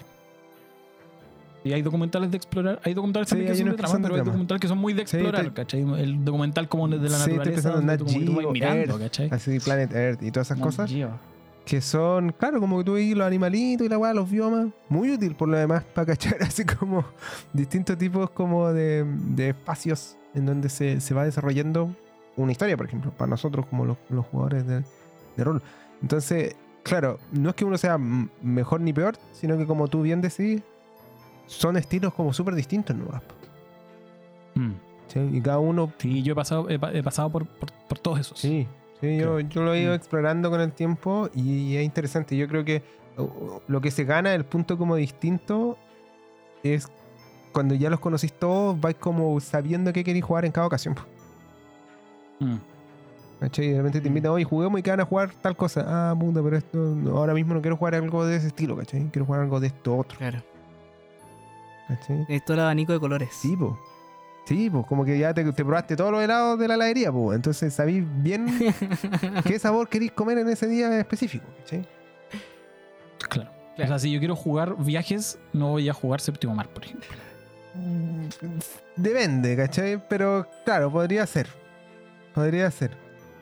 Y hay documentales de explorar, hay documentales sí, también que hay son de que trama, son de pero hay trama. documentales que son muy de explorar, sí, te... ¿cachai? El documental como de la sí, naturaleza, donde tú, como que tú vas mirando, Earth, ¿cachai? Así, Planet Earth y todas esas Nat cosas. Geo. Que son, claro, como que tú ves los animalitos y la weá, los biomas. Muy útil por lo demás para cachar así como distintos tipos como de, de espacios en donde se, se va desarrollando una historia, por ejemplo, para nosotros como los, los jugadores de, de rol. Entonces, claro, no es que uno sea mejor ni peor, sino que como tú bien decís, son estilos como súper distintos, ¿no? Mm. ¿Sí? Y cada uno... Sí, yo he pasado, he, he pasado por, por, por todos esos. Sí, sí yo, yo lo he ido mm. explorando con el tiempo y, y es interesante. Yo creo que uh, lo que se gana, el punto como distinto, es cuando ya los conocís todos, vais como sabiendo qué queréis jugar en cada ocasión. Mm. ¿Cachai? Y de repente te invitan, oye, juguemos y que van a jugar tal cosa. Ah, puta, pero esto no, ahora mismo no quiero jugar algo de ese estilo, ¿cachai? Quiero jugar algo de esto otro. Claro. ¿Cachai? Esto el abanico de colores. Sí, po. Sí, pues como que ya te, te probaste todos los helados de la heladería, pues. Entonces sabís bien qué sabor queréis comer en ese día específico, ¿cachai? Claro. claro. O sea, si yo quiero jugar viajes, no voy a jugar Séptimo Mar, por ejemplo. Depende, ¿cachai? Pero claro, podría ser. Podría ser.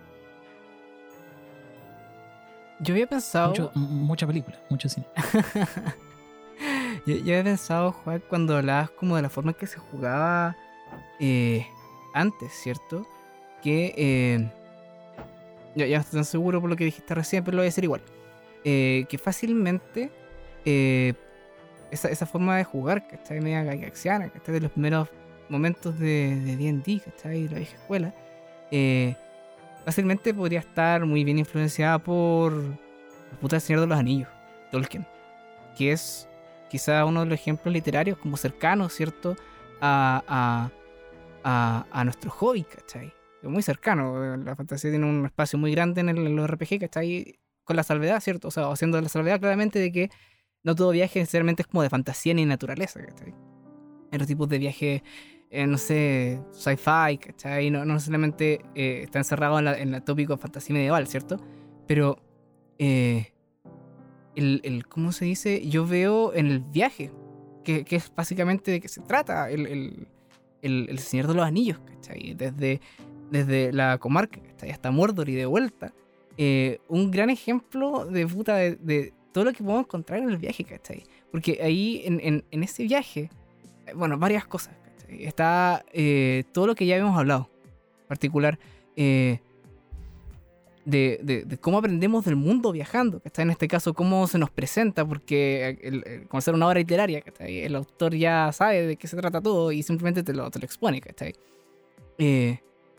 Yo había pensado... Mucho, mucha película, mucho cine. yo, yo había pensado jugar cuando hablabas como de la forma en que se jugaba eh, antes, ¿cierto? Que... Eh, ya, ya no estoy tan seguro por lo que dijiste recién, pero lo voy a decir igual. Eh, que fácilmente... Eh, esa, esa forma de jugar, que está media gaigaxiana, que está de los primeros momentos de D and D, que está ahí la vieja escuela, eh, fácilmente podría estar muy bien influenciada por el puta Señor de los Anillos, Tolkien, que es quizá uno de los ejemplos literarios como cercanos, ¿cierto? A, a, a, a nuestro hobby, ¿cachai? Muy cercano. La fantasía tiene un espacio muy grande en, el, en los R P G, ¿cachai? Con la salvedad, ¿cierto? O sea, haciendo la salvedad claramente de que no todo viaje necesariamente es como de fantasía ni naturaleza, ¿cachai? Hay otros tipos de viaje, eh, no sé, sci-fi, ¿cachai? No, no necesariamente eh, está encerrado en, la, en el tópico de fantasía medieval, ¿cierto? Pero, eh, el, el, ¿cómo se dice? Yo veo en el viaje, que, que es básicamente de qué se trata el, el, el, el Señor de los Anillos, ¿cachai? Desde, desde la comarca, ¿cachai? Hasta Mordor y de vuelta. Eh, un gran ejemplo de puta de, de todo lo que podemos encontrar en el viaje, ¿cachai? Porque ahí en, en, en ese viaje, bueno, varias cosas, ¿cachai? Está eh, todo lo que ya habíamos hablado, en particular eh, de, de, de cómo aprendemos del mundo viajando, ¿cachai? En este caso, cómo se nos presenta, porque el, el, como ser una obra literaria, ¿cachai? El autor ya sabe de qué se trata todo y simplemente te lo, te lo expone, ¿cachai? Eh,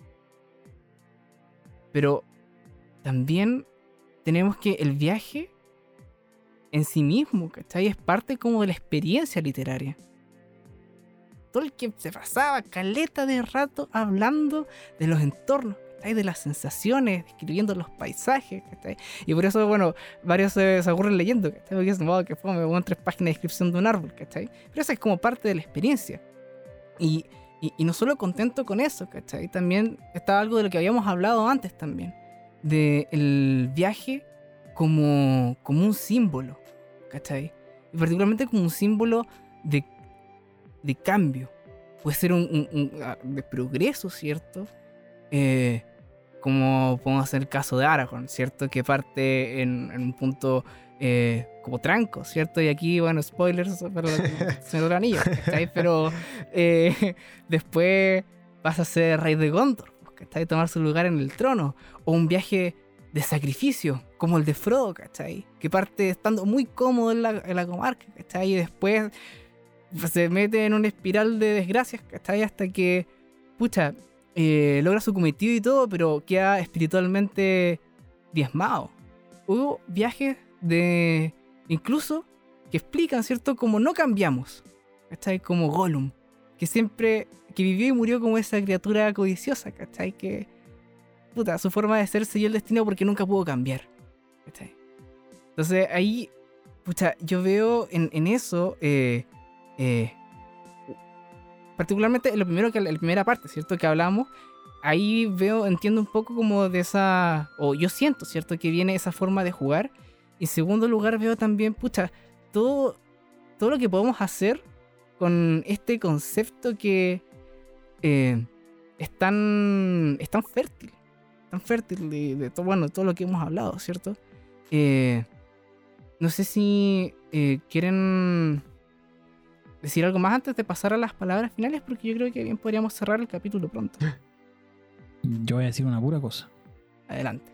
pero también tenemos que el viaje en sí mismo, ¿cachai? Es parte como de la experiencia literaria. Tolkien se pasaba caleta de rato hablando de los entornos, ¿cachai? De las sensaciones, describiendo los paisajes, ¿cachai? Y por eso, bueno, varios se, se aburren leyendo, ¿cachai? Porque es modo que fue, me pongo en tres páginas de descripción de un árbol, ¿cachai? Pero esa es como parte de la experiencia. Y, y, y no solo contento con eso, ¿cachai? También está algo de lo que habíamos hablado antes también, del viaje como, como un símbolo, ¿cachai? Y particularmente como un símbolo de, de cambio. Puede ser un, un, un de progreso, ¿cierto? Eh, como podemos hacer el caso de Aragorn, ¿cierto? Que parte en, en un punto eh, como tranco, ¿cierto? Y aquí, bueno, spoilers para el Señor del Anillo, ¿cachai? Pero eh, después pasa a ser rey de Gondor, ¿cachai? Tomar su lugar en el trono. O un viaje de sacrificio, como el de Frodo, ¿cachai? Que parte estando muy cómodo en la, en la comarca, ¿cachai? Y después se mete en una espiral de desgracias, ¿cachai? Hasta que, pucha, eh, logra su cometido y todo, pero queda espiritualmente diezmado. Hubo viajes de... incluso que explican, ¿cierto? Como no cambiamos, ¿cachai? Como Gollum, que siempre... que vivió y murió como esa criatura codiciosa, ¿cachai? Que... puta, su forma de ser selló el destino porque nunca pudo cambiar, ¿cachai? Entonces ahí, pucha, yo veo en, en eso, eh, eh, particularmente en lo primero que la primera parte, ¿cierto? Que hablamos, ahí veo, entiendo un poco como de esa, o yo siento, ¿cierto? Que viene esa forma de jugar. Y en segundo lugar veo también, pucha, todo, todo lo que podemos hacer con este concepto que eh, es tan, es tan fértil. Tan fértil de, de todo, bueno, todo lo que hemos hablado, ¿cierto? Eh, no sé si eh, quieren decir algo más antes de pasar a las palabras finales, porque yo creo que bien podríamos cerrar el capítulo pronto. Yo voy a decir una pura cosa. Adelante.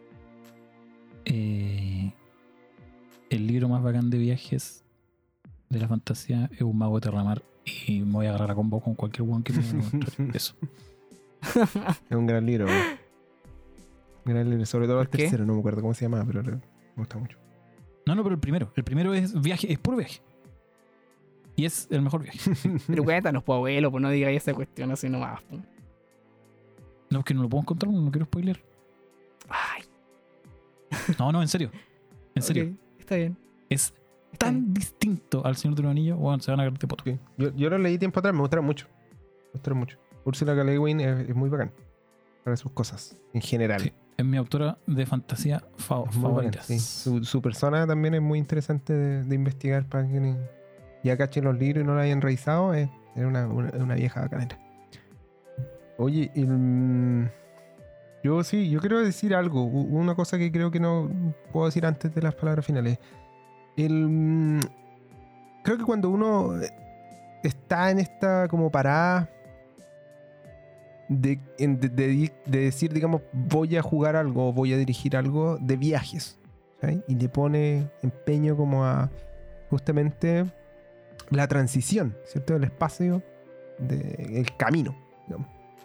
Eh, el libro más bacán de viajes de la fantasía es Un mago de Terramar, y me voy a agarrar a combo con cualquier one que me encuentre. Eso. Es un gran libro, ¿no? Gran libro, sobre todo el ¿Por qué? tercero, no me acuerdo cómo se llama, pero me gusta mucho. No, no, pero el primero. El primero es viaje, es puro viaje. Y es el mejor viaje. Pero cuéntanos, pues abuelo, pues no digáis esa cuestión así nomás. Pues. No, es que no lo puedo encontrar, no quiero spoiler. Ay. No, no, en serio. En serio. Ok, está bien. Es Está tan bien. distinto al Señor de los Anillos, bueno, se van a agarrar de poto. Sí. Yo, yo lo leí tiempo atrás, me gustaron mucho. Me gustaron mucho. Ursula K. Le Guin es, es muy bacán para sus cosas, en general. Sí, es mi autora de fantasía fa- Es muy bacán, favorita. sí. Su, su persona también es muy interesante de, de investigar para que ya cachen los libros y no lo hayan revisado. Es, es una, una, una vieja bacanera. Oye, el, yo sí, yo quiero decir algo. u- Una cosa que creo que no puedo decir antes de las palabras finales. El, creo que cuando uno está en esta como parada de, en- de, de- de decir, digamos, voy a jugar algo, voy a dirigir algo de viajes, ¿sí? Y le pone empeño como a justamente la transición, ¿cierto? Del espacio, del camino, digamos.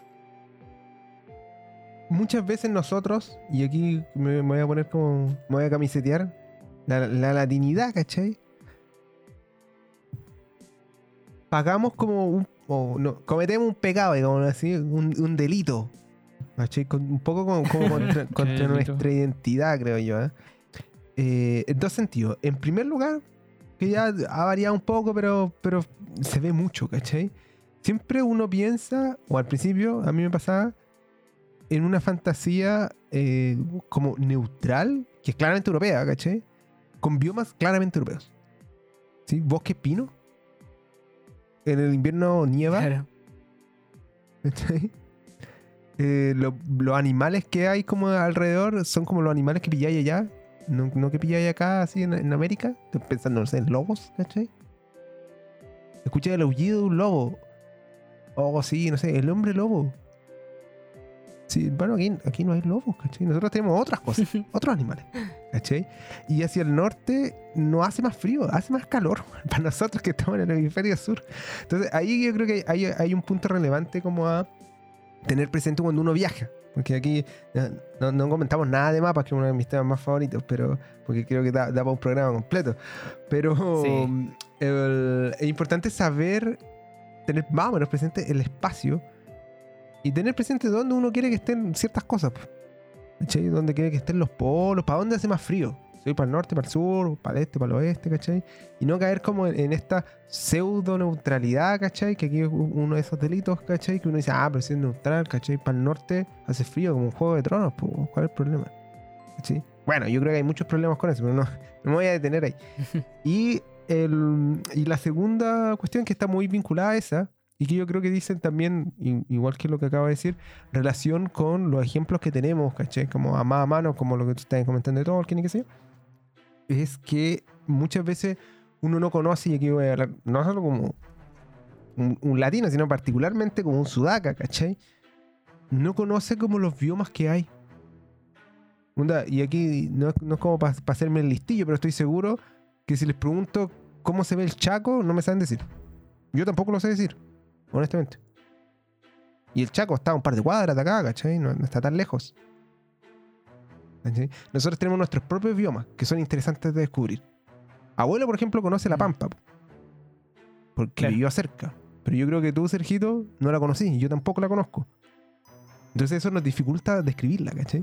Muchas veces nosotros, y aquí me, me voy a poner como, me voy a camisetear, la, la latinidad, ¿cachai? Pagamos como un, o no, cometemos un pecado, digamos así, un, un delito, ¿cachai? Con- un poco como, como contra, contra delito? nuestra identidad, creo yo, ¿eh? Eh, en dos sentidos. En primer lugar, que ya ha variado un poco, pero, pero se ve mucho, ¿cachai? Siempre uno piensa, o al principio a mí me pasaba, en una fantasía eh, como neutral, que es claramente europea, ¿cachai? Con biomas claramente europeos. ¿Sí? Bosque pino. En el invierno nieva. Claro. ¿Cachai? Eh, lo- los animales que hay como alrededor son como los animales que pilláis allá. No, no que pilláis acá, así en, en América. Estoy pensando, no sé, en lobos, ¿cachai? Escuché el aullido de un lobo. Oh, sí, no sé, el hombre lobo. Sí, bueno, aquí, aquí no hay lobos, ¿cachai? Nosotros tenemos otras cosas, otros animales, ¿cachai? Y hacia el norte no hace más frío, hace más calor para nosotros que estamos en el hemisferio sur. Entonces ahí yo creo que hay, hay un punto relevante como a tener presente cuando uno viaja. Porque aquí eh, no, no comentamos nada de mapas, que es uno de mis temas más favoritos, pero porque creo que da, da para un programa completo. Pero Sí. el- es importante saber tener más o menos presente el espacio y tener presente dónde uno quiere que estén ciertas cosas. ¿Cachai? Dónde quiere que estén los polos, para dónde hace más frío. Soy para el norte, para el sur, para el este, para el oeste, ¿cachai? Y no caer como en, en esta pseudo neutralidad, ¿cachai? Que aquí es uno de esos delitos, ¿cachai? Que uno dice, ah, pero si es neutral, ¿cachai? Para el norte hace frío como un Juego de Tronos, pues, ¿cuál es el problema? ¿Cachai? Bueno, yo creo que hay muchos problemas con eso, pero no, no me voy a detener ahí. Y, el, y la segunda cuestión que está muy vinculada a esa, y que yo creo que dicen también, igual que lo que acabo de decir, relación con los ejemplos que tenemos, ¿cachai? Como a más a mano, como lo que tú estás comentando de Tolkien y qué sé yo, es que muchas veces uno no conoce, y aquí voy a hablar no solo como un, un latino, sino particularmente como un sudaca, ¿cachai? No conoce como los biomas que hay. Y aquí no, no es como para pa hacerme el listillo, pero estoy seguro que si les pregunto cómo se ve el Chaco, no me saben decir. Yo tampoco lo sé decir, honestamente. Y el Chaco está a un par de cuadras de acá, ¿cachai? No, no está tan lejos. ¿Cachai? Nosotros tenemos nuestros propios biomas que son interesantes de descubrir. Abuelo, por ejemplo, conoce la Pampa porque claro, vivió cerca. Pero yo creo que tú, Sergito, no la conocí y yo tampoco la conozco. Entonces eso nos dificulta describirla, ¿cachai?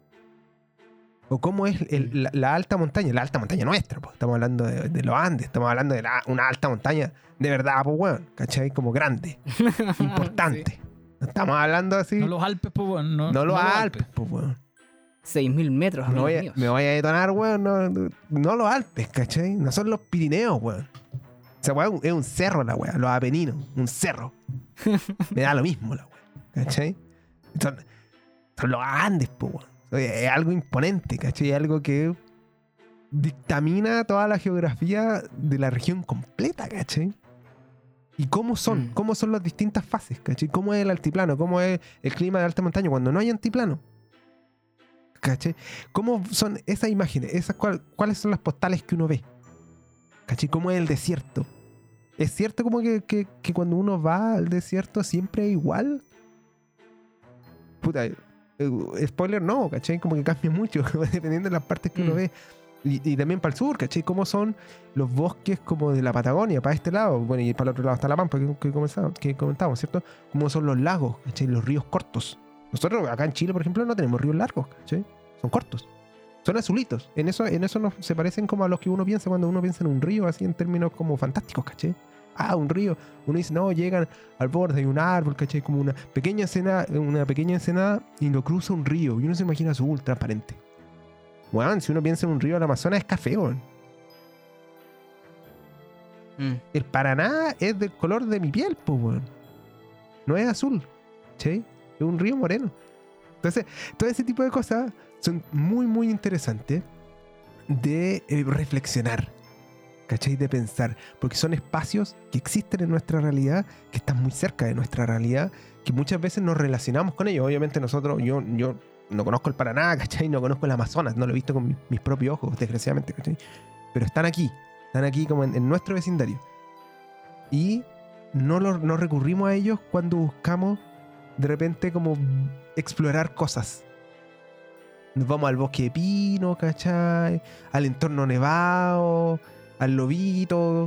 O cómo es el, la, la alta montaña, la alta montaña nuestra, pues. Estamos hablando de, de los Andes, estamos hablando de la, una alta montaña de verdad, pues, weón, ¿cachai? Como grande, importante. Sí. No estamos hablando así. No los Alpes, pues, weón. No, no los no Alpes, pues, weón. seis mil metros, me voy, a, me voy a detonar, weón. No, no, no los Alpes, ¿cachai? No son los Pirineos, weón. O sea, weón, es un cerro la weón. Los Apeninos, un cerro. Me da lo mismo la weón, ¿cachai? Son, son los Andes, pues, weón. Es algo imponente, ¿cachai? Es algo que dictamina toda la geografía de la región completa, ¿cachai? Y cómo son, mm. cómo son las distintas fases, ¿cachai? Cómo es el altiplano, cómo es el clima de alta montaña cuando no hay altiplano, ¿cachai? Cómo son esas imágenes, esas cuál, cuáles son las postales que uno ve, ¿cachai? Cómo es el desierto. ¿Es cierto como que, que, que cuando uno va al desierto siempre es igual? Puta, spoiler no, ¿cachai? Como que cambia mucho dependiendo de las partes que mm. uno ve. Y, y también para el sur, ¿cachai? Cómo son los bosques como de la Patagonia, para este lado, bueno, y para el otro lado está la Pampa que, que, que comentábamos, ¿cierto? Cómo son los lagos, ¿cachai? Los ríos cortos. Nosotros acá en Chile, por ejemplo, no tenemos ríos largos, ¿cachai? Son cortos. Son azulitos. En eso, en eso nos, se parecen como a los que uno piensa cuando uno piensa en un río, así en términos como fantásticos, ¿cachai? Ah, un río. Uno dice, no, llegan al borde, hay un árbol, ¿cachai? Como una pequeña ensenada, una pequeña ensenada y lo cruza un río. Y uno se imagina azul, transparente. Bueno, si uno piensa en un río del Amazonas es café, weón. Mm. El Paraná es del color de mi piel, pues, weón. No es azul, ¿sí? Es un río moreno. Entonces, todo ese tipo de cosas son muy, muy interesantes de eh, reflexionar, ¿cachai? De pensar, porque son espacios que existen en nuestra realidad, que están muy cerca de nuestra realidad, que muchas veces nos relacionamos con ellos. Obviamente nosotros, yo, yo no conozco el Paraná, ¿cachai? No conozco el Amazonas, no lo he visto con mi, mis propios ojos, desgraciadamente, ¿cachai? Pero están aquí, están aquí como en, en nuestro vecindario. Y no, lo, no recurrimos a ellos cuando buscamos de repente como explorar cosas. Nos vamos al bosque de pino, ¿cachai? Al entorno nevado, al lobito.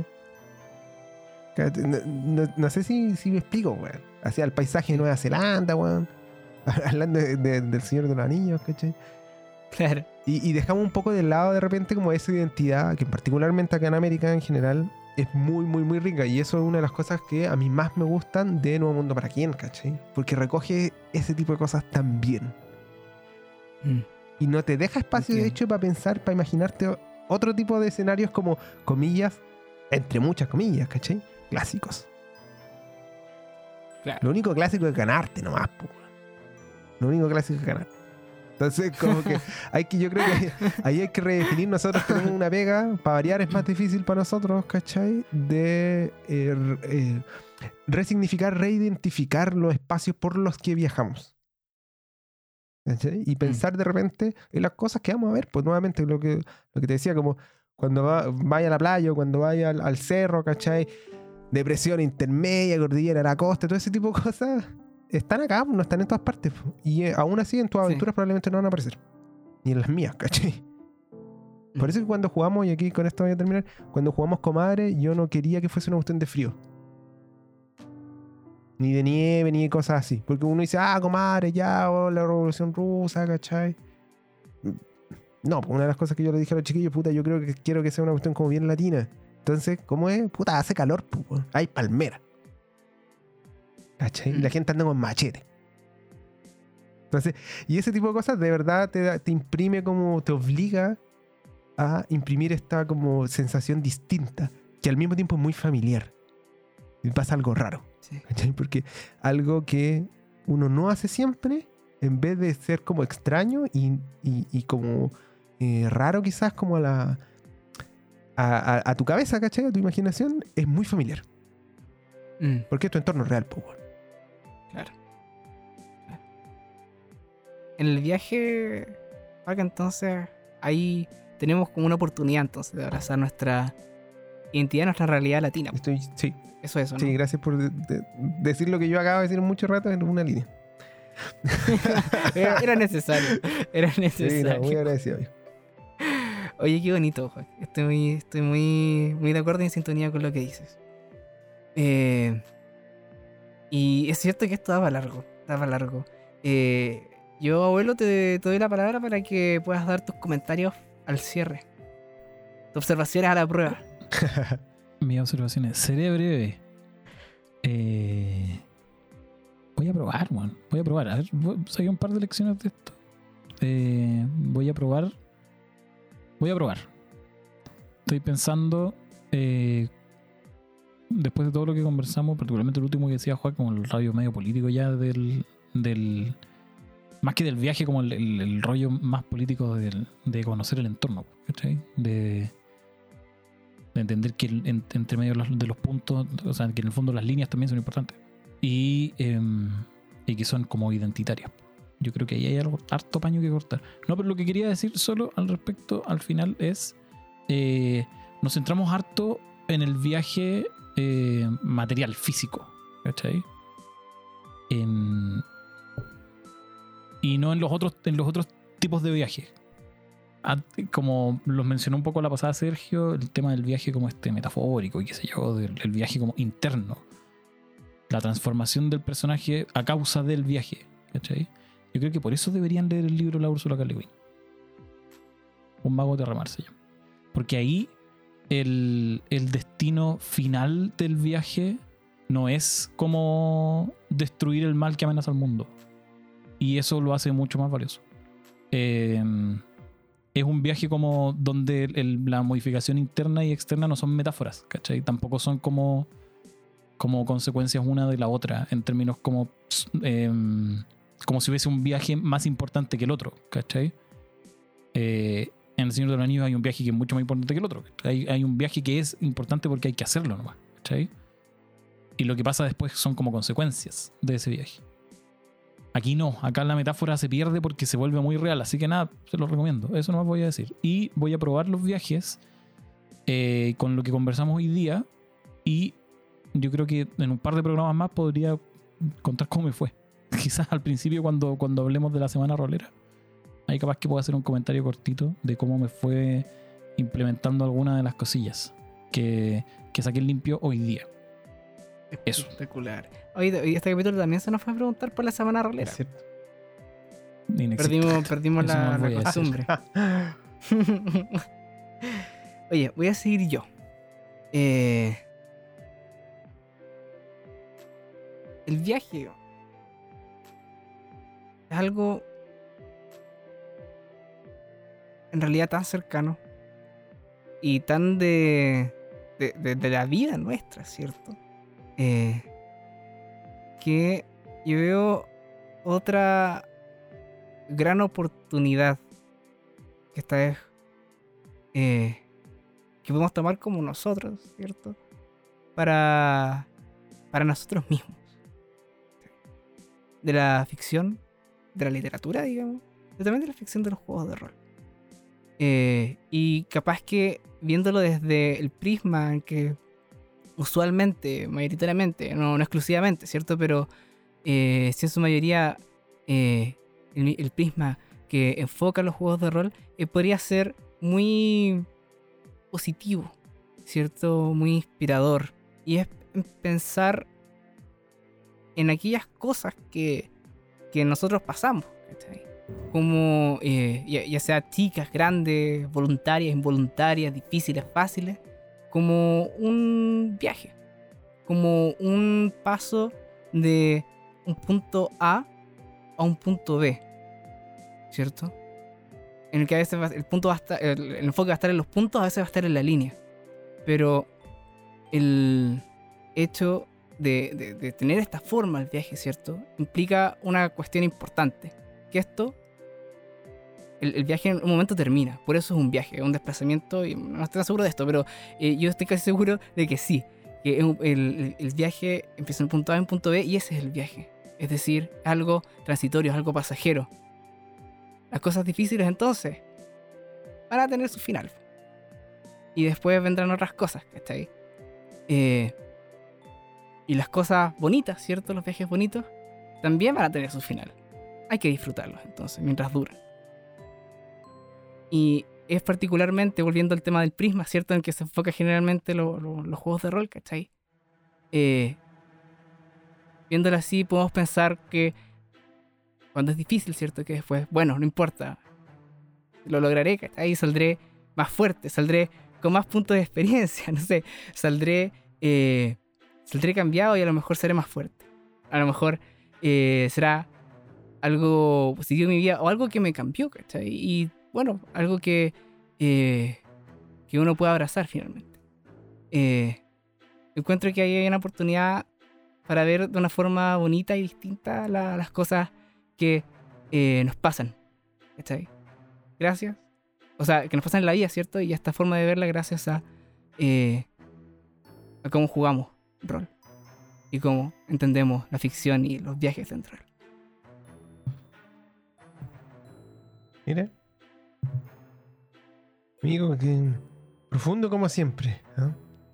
No, no, no sé si, si me explico, weón. Hacia el paisaje de Nueva Zelanda, weón. Hablando de, de, del Señor de los Anillos, ¿cachai? Claro. Y, y dejamos un poco de lado de repente como esa identidad que particularmente acá en América en general es muy, muy, muy rica. Y eso es una de las cosas que a mí más me gustan de Nuevo Mundo para Quién, ¿cachai? Porque recoge ese tipo de cosas tan bien. Mm. Y no te deja espacio, okay, de hecho, para pensar, para imaginarte otro tipo de escenarios como, comillas, entre muchas comillas, ¿cachai? Clásicos. Claro. Lo único clásico es ganarte nomás, po. Lo único clásico es ganar. Entonces, como que hay que, yo creo que ahí hay que redefinir. Nosotros tenemos una pega, para variar es más difícil para nosotros, ¿cachai? De eh, eh, resignificar, reidentificar los espacios por los que viajamos, ¿cachai? Y pensar de repente en las cosas que vamos a ver. Pues nuevamente lo que, lo que te decía, como cuando va, vaya a la playa o cuando vaya al, al cerro, ¿cachai? Depresión intermedia, cordillera, la costa, todo ese tipo de cosas están acá, no están en todas partes. Y eh, aún así en tus aventuras, sí, probablemente no van a aparecer. Ni en las mías, ¿cachai? Por eso que cuando jugamos, y aquí con esto voy a terminar, cuando jugamos Comadre, yo no quería que fuese una cuestión de frío. Ni de nieve, ni de cosas así. Porque uno dice, ah, comadre, ya, oh, la revolución rusa, ¿cachai? No, pues una de las cosas que yo le dije a los chiquillos, puta, yo creo que quiero que sea una cuestión como bien latina. Entonces, ¿cómo es? Puta, hace calor, pues, hay palmera. ¿Cachai? Y la gente anda con machete. Entonces, y ese tipo de cosas de verdad te, da, te imprime como, te obliga a imprimir esta como sensación distinta, que al mismo tiempo es muy familiar. Y pasa algo raro. Sí. ¿Cachai? Porque algo que uno no hace siempre, en vez de ser como extraño y, y, y como eh, raro quizás como a la a, a, a tu cabeza, ¿cachai? A tu imaginación, es muy familiar. Mm, Porque es tu entorno real, pues. claro. En el viaje, acá entonces, ahí tenemos como una oportunidad entonces de abrazar nuestra identidad, nuestra realidad latina. Estoy, sí, Eso es eso, ¿no? sí, gracias por de- de- decir lo que yo acabo de decir en mucho rato en una línea. era, era necesario. Era Sí, necesario. no, muy agradecido. Yo. Oye, qué bonito, Juan. Estoy muy, estoy muy, muy de acuerdo y en sintonía con lo que dices. Eh, y es cierto que esto daba largo, daba largo. Eh, yo, abuelo, te, te doy la palabra para que puedas dar tus comentarios al cierre. Tus observaciones a la prueba. Mis observaciones. Seré breve. Eh, voy a probar, man. Voy a probar. A ver, voy- saqué un par de lecciones de esto. Eh, voy a probar. Voy a probar. Estoy pensando, eh, después de todo lo que conversamos, particularmente el último que decía Juan, como el radio medio político ya del, del más que del viaje, como el, el- el rollo más político del- de conocer el entorno, ¿cachai? De, de entender que el- en- entre medio de los, de los puntos, o sea, que en el fondo las líneas también son importantes y, em, y que son como identitarias. Yo creo que ahí hay algo, harto paño que cortar. No, pero lo que quería decir solo al respecto al final es, eh, nos centramos harto en el viaje eh, material, físico, ¿cachai? En, y no en los otros, en los otros tipos de viaje. Ah, como los mencionó un poco la pasada Sergio, el tema del viaje como este metafórico y qué sé yo, del el viaje como interno. La transformación del personaje a causa del viaje, ¿cachai? Yo creo que por eso deberían leer el libro de la Úrsula K. Le Guin. Un mago de remar se llama. Porque ahí el, el destino final del viaje no es como destruir el mal que amenaza al mundo. Y eso lo hace mucho más valioso. Eh, es un viaje como donde el- la modificación interna y externa no son metáforas, ¿cachai? Tampoco son como, como consecuencias una de la otra, en términos como, eh, como si hubiese un viaje más importante que el otro, ¿cachai? Eh, en El Señor de los Anillos hay un viaje que es mucho más importante que el otro. Hay, hay un viaje que es importante porque hay que hacerlo nomás, ¿cachai? Y lo que pasa después son como consecuencias de ese viaje. Aquí no, acá la metáfora se pierde porque se vuelve muy real, así que nada, se lo recomiendo, eso nomás voy a decir. Y voy a probar los viajes eh, con lo que conversamos hoy día y yo creo que en un par de programas más podría contar cómo me fue. Quizás al principio cuando, cuando hablemos de la semana rolera, ahí capaz que puedo hacer un comentario cortito de cómo me fue implementando algunas de las cosillas que, que saqué limpio hoy día. Eso. Espectacular. Oye, hoy este capítulo también se nos fue a preguntar por la semana rolera. Es cierto. Inexistente. Perdimos, perdimos Eso la, no lo la voy a decir. costumbre. Oye, voy a seguir yo. Eh, el viaje es algo en realidad tan cercano y tan de, de, de- de la vida nuestra, ¿cierto? Eh, que yo veo otra gran oportunidad que esta vez eh, que podemos tomar como nosotros, ¿cierto? Para, para nosotros mismos. De la ficción, de la literatura, digamos, pero también de la ficción de los juegos de rol. Eh, y capaz que viéndolo desde el prisma en que usualmente, mayoritariamente, no, no exclusivamente, ¿cierto? Pero eh, si en su mayoría eh, el, el prisma que enfoca los juegos de rol eh, podría ser muy positivo, ¿cierto? Muy inspirador. Y es pensar en aquellas cosas que, que nosotros pasamos, ¿cachai? Como eh, ya, ya sea chicas, grandes, voluntarias, involuntarias, difíciles, fáciles, como un viaje, como un paso de un punto A a un punto B, ¿cierto? En el que a veces va, el punto va a estar, el, el enfoque va a estar en los puntos, a veces va a estar en la línea, pero el hecho de, de, de tener esta forma el viaje, ¿cierto? Implica una cuestión importante, que esto, el, el viaje en un momento termina, por eso es un viaje, es un desplazamiento, y no estoy tan seguro de esto, pero eh, yo estoy casi seguro de que sí, que el, el, el viaje empieza en un punto A en un punto B y ese es el viaje, es decir, algo transitorio, algo pasajero. Las cosas difíciles entonces van a tener su final. Y después vendrán otras cosas, ¿cachai? Eh, y las cosas bonitas, ¿cierto? Los viajes bonitos también van a tener su final. Hay que disfrutarlos entonces, mientras duran. Y es particularmente, volviendo al tema del prisma, ¿cierto? En el que se enfoca generalmente lo, lo, los juegos de rol, ¿cachai? Eh, viéndolo así, podemos pensar que cuando es difícil, ¿cierto? Que después, bueno, no importa, lo lograré, ¿cachai? Y saldré más fuerte, saldré con más puntos de experiencia, no sé, saldré, eh, saldré cambiado y a lo mejor seré más fuerte. A lo mejor eh, será algo positivo en mi vida o algo que me cambió, ¿cachai? Y bueno, algo que, eh, que uno pueda abrazar finalmente. Eh, encuentro que ahí hay una oportunidad para ver de una forma bonita y distinta la, las cosas que eh, nos pasan, ¿cachai? Gracias. O sea, que nos pasan en la vida, ¿cierto? Y esta forma de verla gracias a, eh, a cómo jugamos rol y cómo entendemos la ficción y los viajes dentro de él. Mira. Amigo, que profundo como siempre. ¿eh?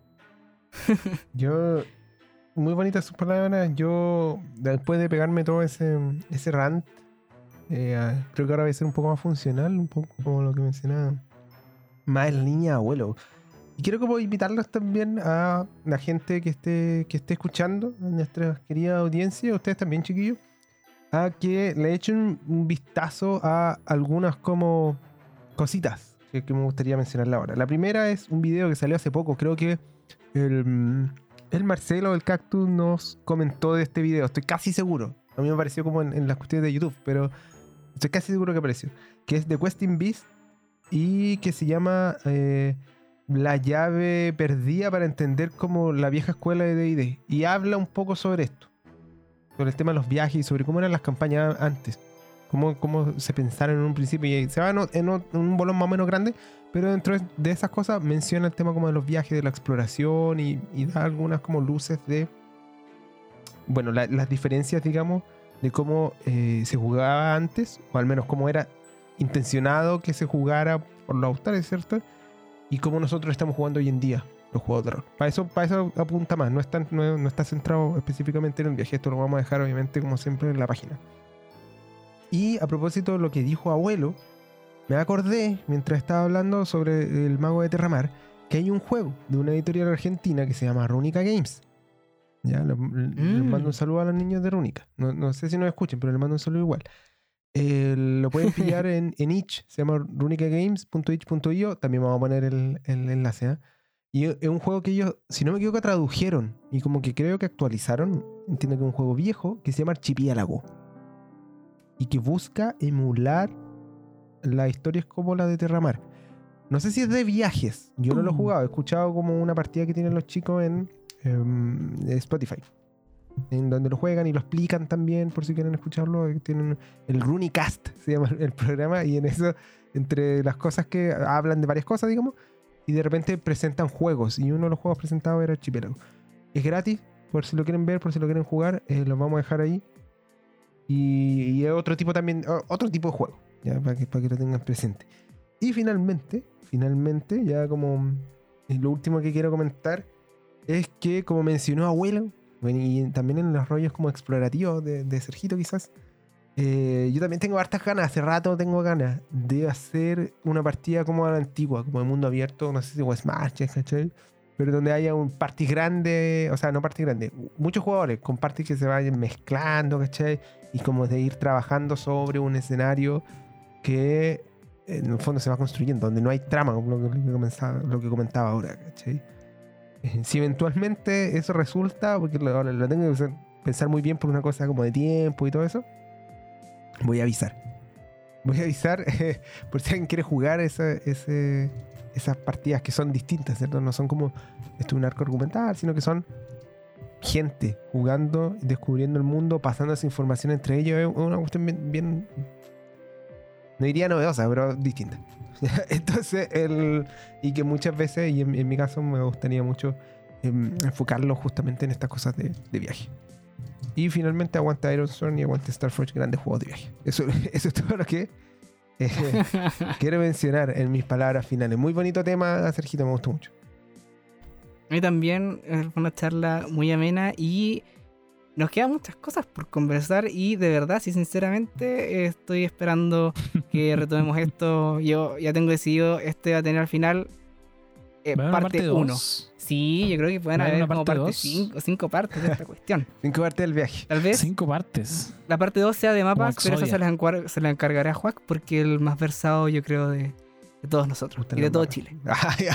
Yo, muy bonitas sus palabras. Yo, después de pegarme todo ese, ese rant, eh, creo que ahora voy a ser un poco más funcional, un poco como lo que mencionaba, más en línea, abuelo. Y quiero como invitarlos también a la gente que esté, que esté escuchando, a nuestra querida audiencia, a ustedes también, chiquillos, a que le echen un vistazo a algunas como cositas que, que me gustaría mencionarle ahora. La primera es un video que salió hace poco, creo que el, el Marcelo del Cactus nos comentó de este video, estoy casi seguro. A mí me pareció como en, en las cuestiones de YouTube, pero estoy casi seguro que apareció. Que es de Questing Beast y que se llama eh, La llave perdida para entender como la vieja escuela de D and D. Y habla un poco sobre esto. Sobre el tema de los viajes y sobre cómo eran las campañas antes. Cómo, cómo se pensaron en un principio. Y se va en, en, en un bolón más o menos grande. Pero dentro de esas cosas menciona el tema como de los viajes, de la exploración. Y, y da algunas como luces de... Bueno, la, las diferencias, digamos, de cómo eh, se jugaba antes, o al menos cómo era intencionado que se jugara por los autores, ¿cierto? Y cómo nosotros estamos jugando hoy en día los juegos de rol. Para eso, para eso apunta más, no está, no, no está centrado específicamente en el viaje, esto lo vamos a dejar obviamente como siempre en la página. Y a propósito de lo que dijo Abuelo, me acordé, mientras estaba hablando sobre el Mago de Terramar, que hay un juego de una editorial argentina que se llama Runica Games. Ya, le, mm. les mando un saludo a los niños de Runica. No, no sé si nos escuchen, pero les mando un saludo igual. Eh, lo pueden pillar en, en itch, se llama runicagames punto itch punto io. También vamos a poner el, el enlace. ¿eh? Y es un juego que ellos, si no me equivoco, tradujeron y como que creo que actualizaron. Entiendo que es un juego viejo que se llama Archipiélago y que busca emular las historias como la de Terramar. No sé si es de viajes, yo no lo he jugado, he escuchado como una partida que tienen los chicos en Um, Spotify, en donde lo juegan y lo explican también, por si quieren escucharlo. Tienen el Runicast, se llama el programa, y en eso, entre las cosas que hablan de varias cosas, digamos, y de repente presentan juegos, y uno de los juegos presentados era Archipiélago. Es gratis, por si lo quieren ver, por si lo quieren jugar, eh, los vamos a dejar ahí. Y, y es otro tipo también, otro tipo de juego, ya, para que, para que lo tengan presente. Y finalmente, finalmente, ya como lo último que quiero comentar es que, como mencionó Abuelo, bueno, y también en los rollos como explorativos de, de Sergito quizás, eh, yo también tengo hartas ganas, hace rato tengo ganas de hacer una partida como a la antigua, como de mundo abierto, no sé si West Marches, ¿cachai? pero donde haya un party grande, o sea, no party grande, muchos jugadores con parties que se vayan mezclando, ¿cachai? Y como de ir trabajando sobre un escenario que en el fondo se va construyendo, donde no hay trama, como lo que, comenzaba, lo que comentaba ahora, ¿cachai? Si eventualmente eso resulta, porque lo, lo tengo que pensar muy bien por una cosa como de tiempo y todo eso, voy a avisar. Voy a avisar eh, por si alguien quiere jugar ese, ese, esas partidas que son distintas, ¿cierto? No son como esto un arco argumental, sino que son gente jugando, descubriendo el mundo, pasando esa información entre ellos. Es una cuestión bien, bien no diría novedosa, pero distinta. Entonces, el, y que muchas veces, y en, en mi caso me gustaría mucho eh, enfocarlo justamente en estas cosas de, de viaje. Y finalmente aguanta Ironsworn y aguanta Starforge, grandes juegos de viaje. Eso, eso es todo lo que eh, quiero mencionar en mis palabras finales. Muy bonito tema, Sergito, me gustó mucho. A mí también fue una charla muy amena y nos quedan muchas cosas por conversar y de verdad, sí, sinceramente, estoy esperando que retomemos esto. Yo ya tengo decidido, este va a tener al final eh, parte uno. Sí, yo creo que pueden haber como parte cinco, cinco partes de esta cuestión. Cinco partes del viaje. Tal vez cinco partes. La parte dos sea de mapas, pero esa se la, encuar- se la encargaré a Juac porque es el más versado, yo creo, de, de todos nosotros y de todo mapas. Chile.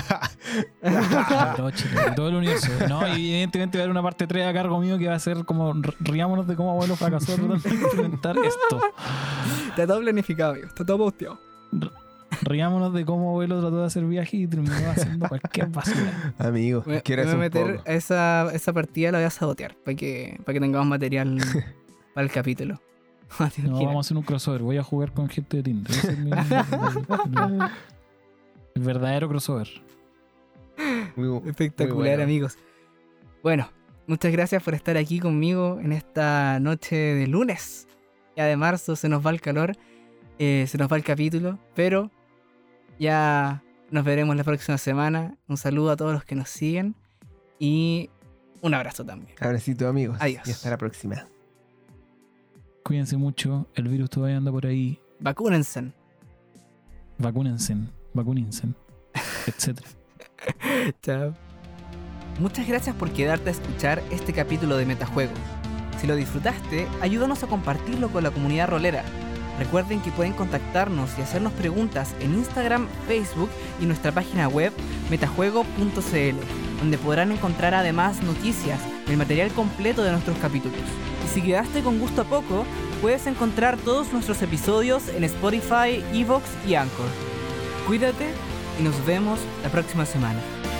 de todo Chile, de todo el universo. No, y evidentemente va a haber una parte tres a cargo mío que va a ser como riámonos de cómo abuelo fracasó totalmente en implementar esto. Está todo planificado, amigo. Está todo posteado. Riámonos de cómo abuelo trató de hacer viaje y terminó haciendo cualquier basura. Amigo, me, quiero me hacer voy a meter poco. esa, esa partida, la voy a sabotear para que, para que tengamos material para el capítulo. No, vamos a hacer un crossover. Voy a jugar con gente de Tinder. Ese es mi, el, el, el verdadero crossover. Muy, Espectacular, muy bueno. amigos. Bueno, muchas gracias por estar aquí conmigo en esta noche de lunes. Ya de marzo se nos va el calor, eh, se nos va el capítulo, pero ya nos veremos la próxima semana. Un saludo a todos los que nos siguen y un abrazo también. Abracito, amigos. Adiós. Y hasta la próxima. Cuídense mucho. El virus todavía anda por ahí. Vacúnense. Vacúnense. Vacúnense. Etcétera. Chao. Muchas gracias por quedarte a escuchar este capítulo de Metajuego. Si lo disfrutaste, ayúdanos a compartirlo con la comunidad rolera. Recuerden que pueden contactarnos y hacernos preguntas en Instagram, Facebook y nuestra página web metajuego punto c l, donde podrán encontrar además noticias y el material completo de nuestros capítulos. Y si quedaste con gusto a poco, puedes encontrar todos nuestros episodios en Spotify, Evox y Anchor. Cuídate y nos vemos la próxima semana.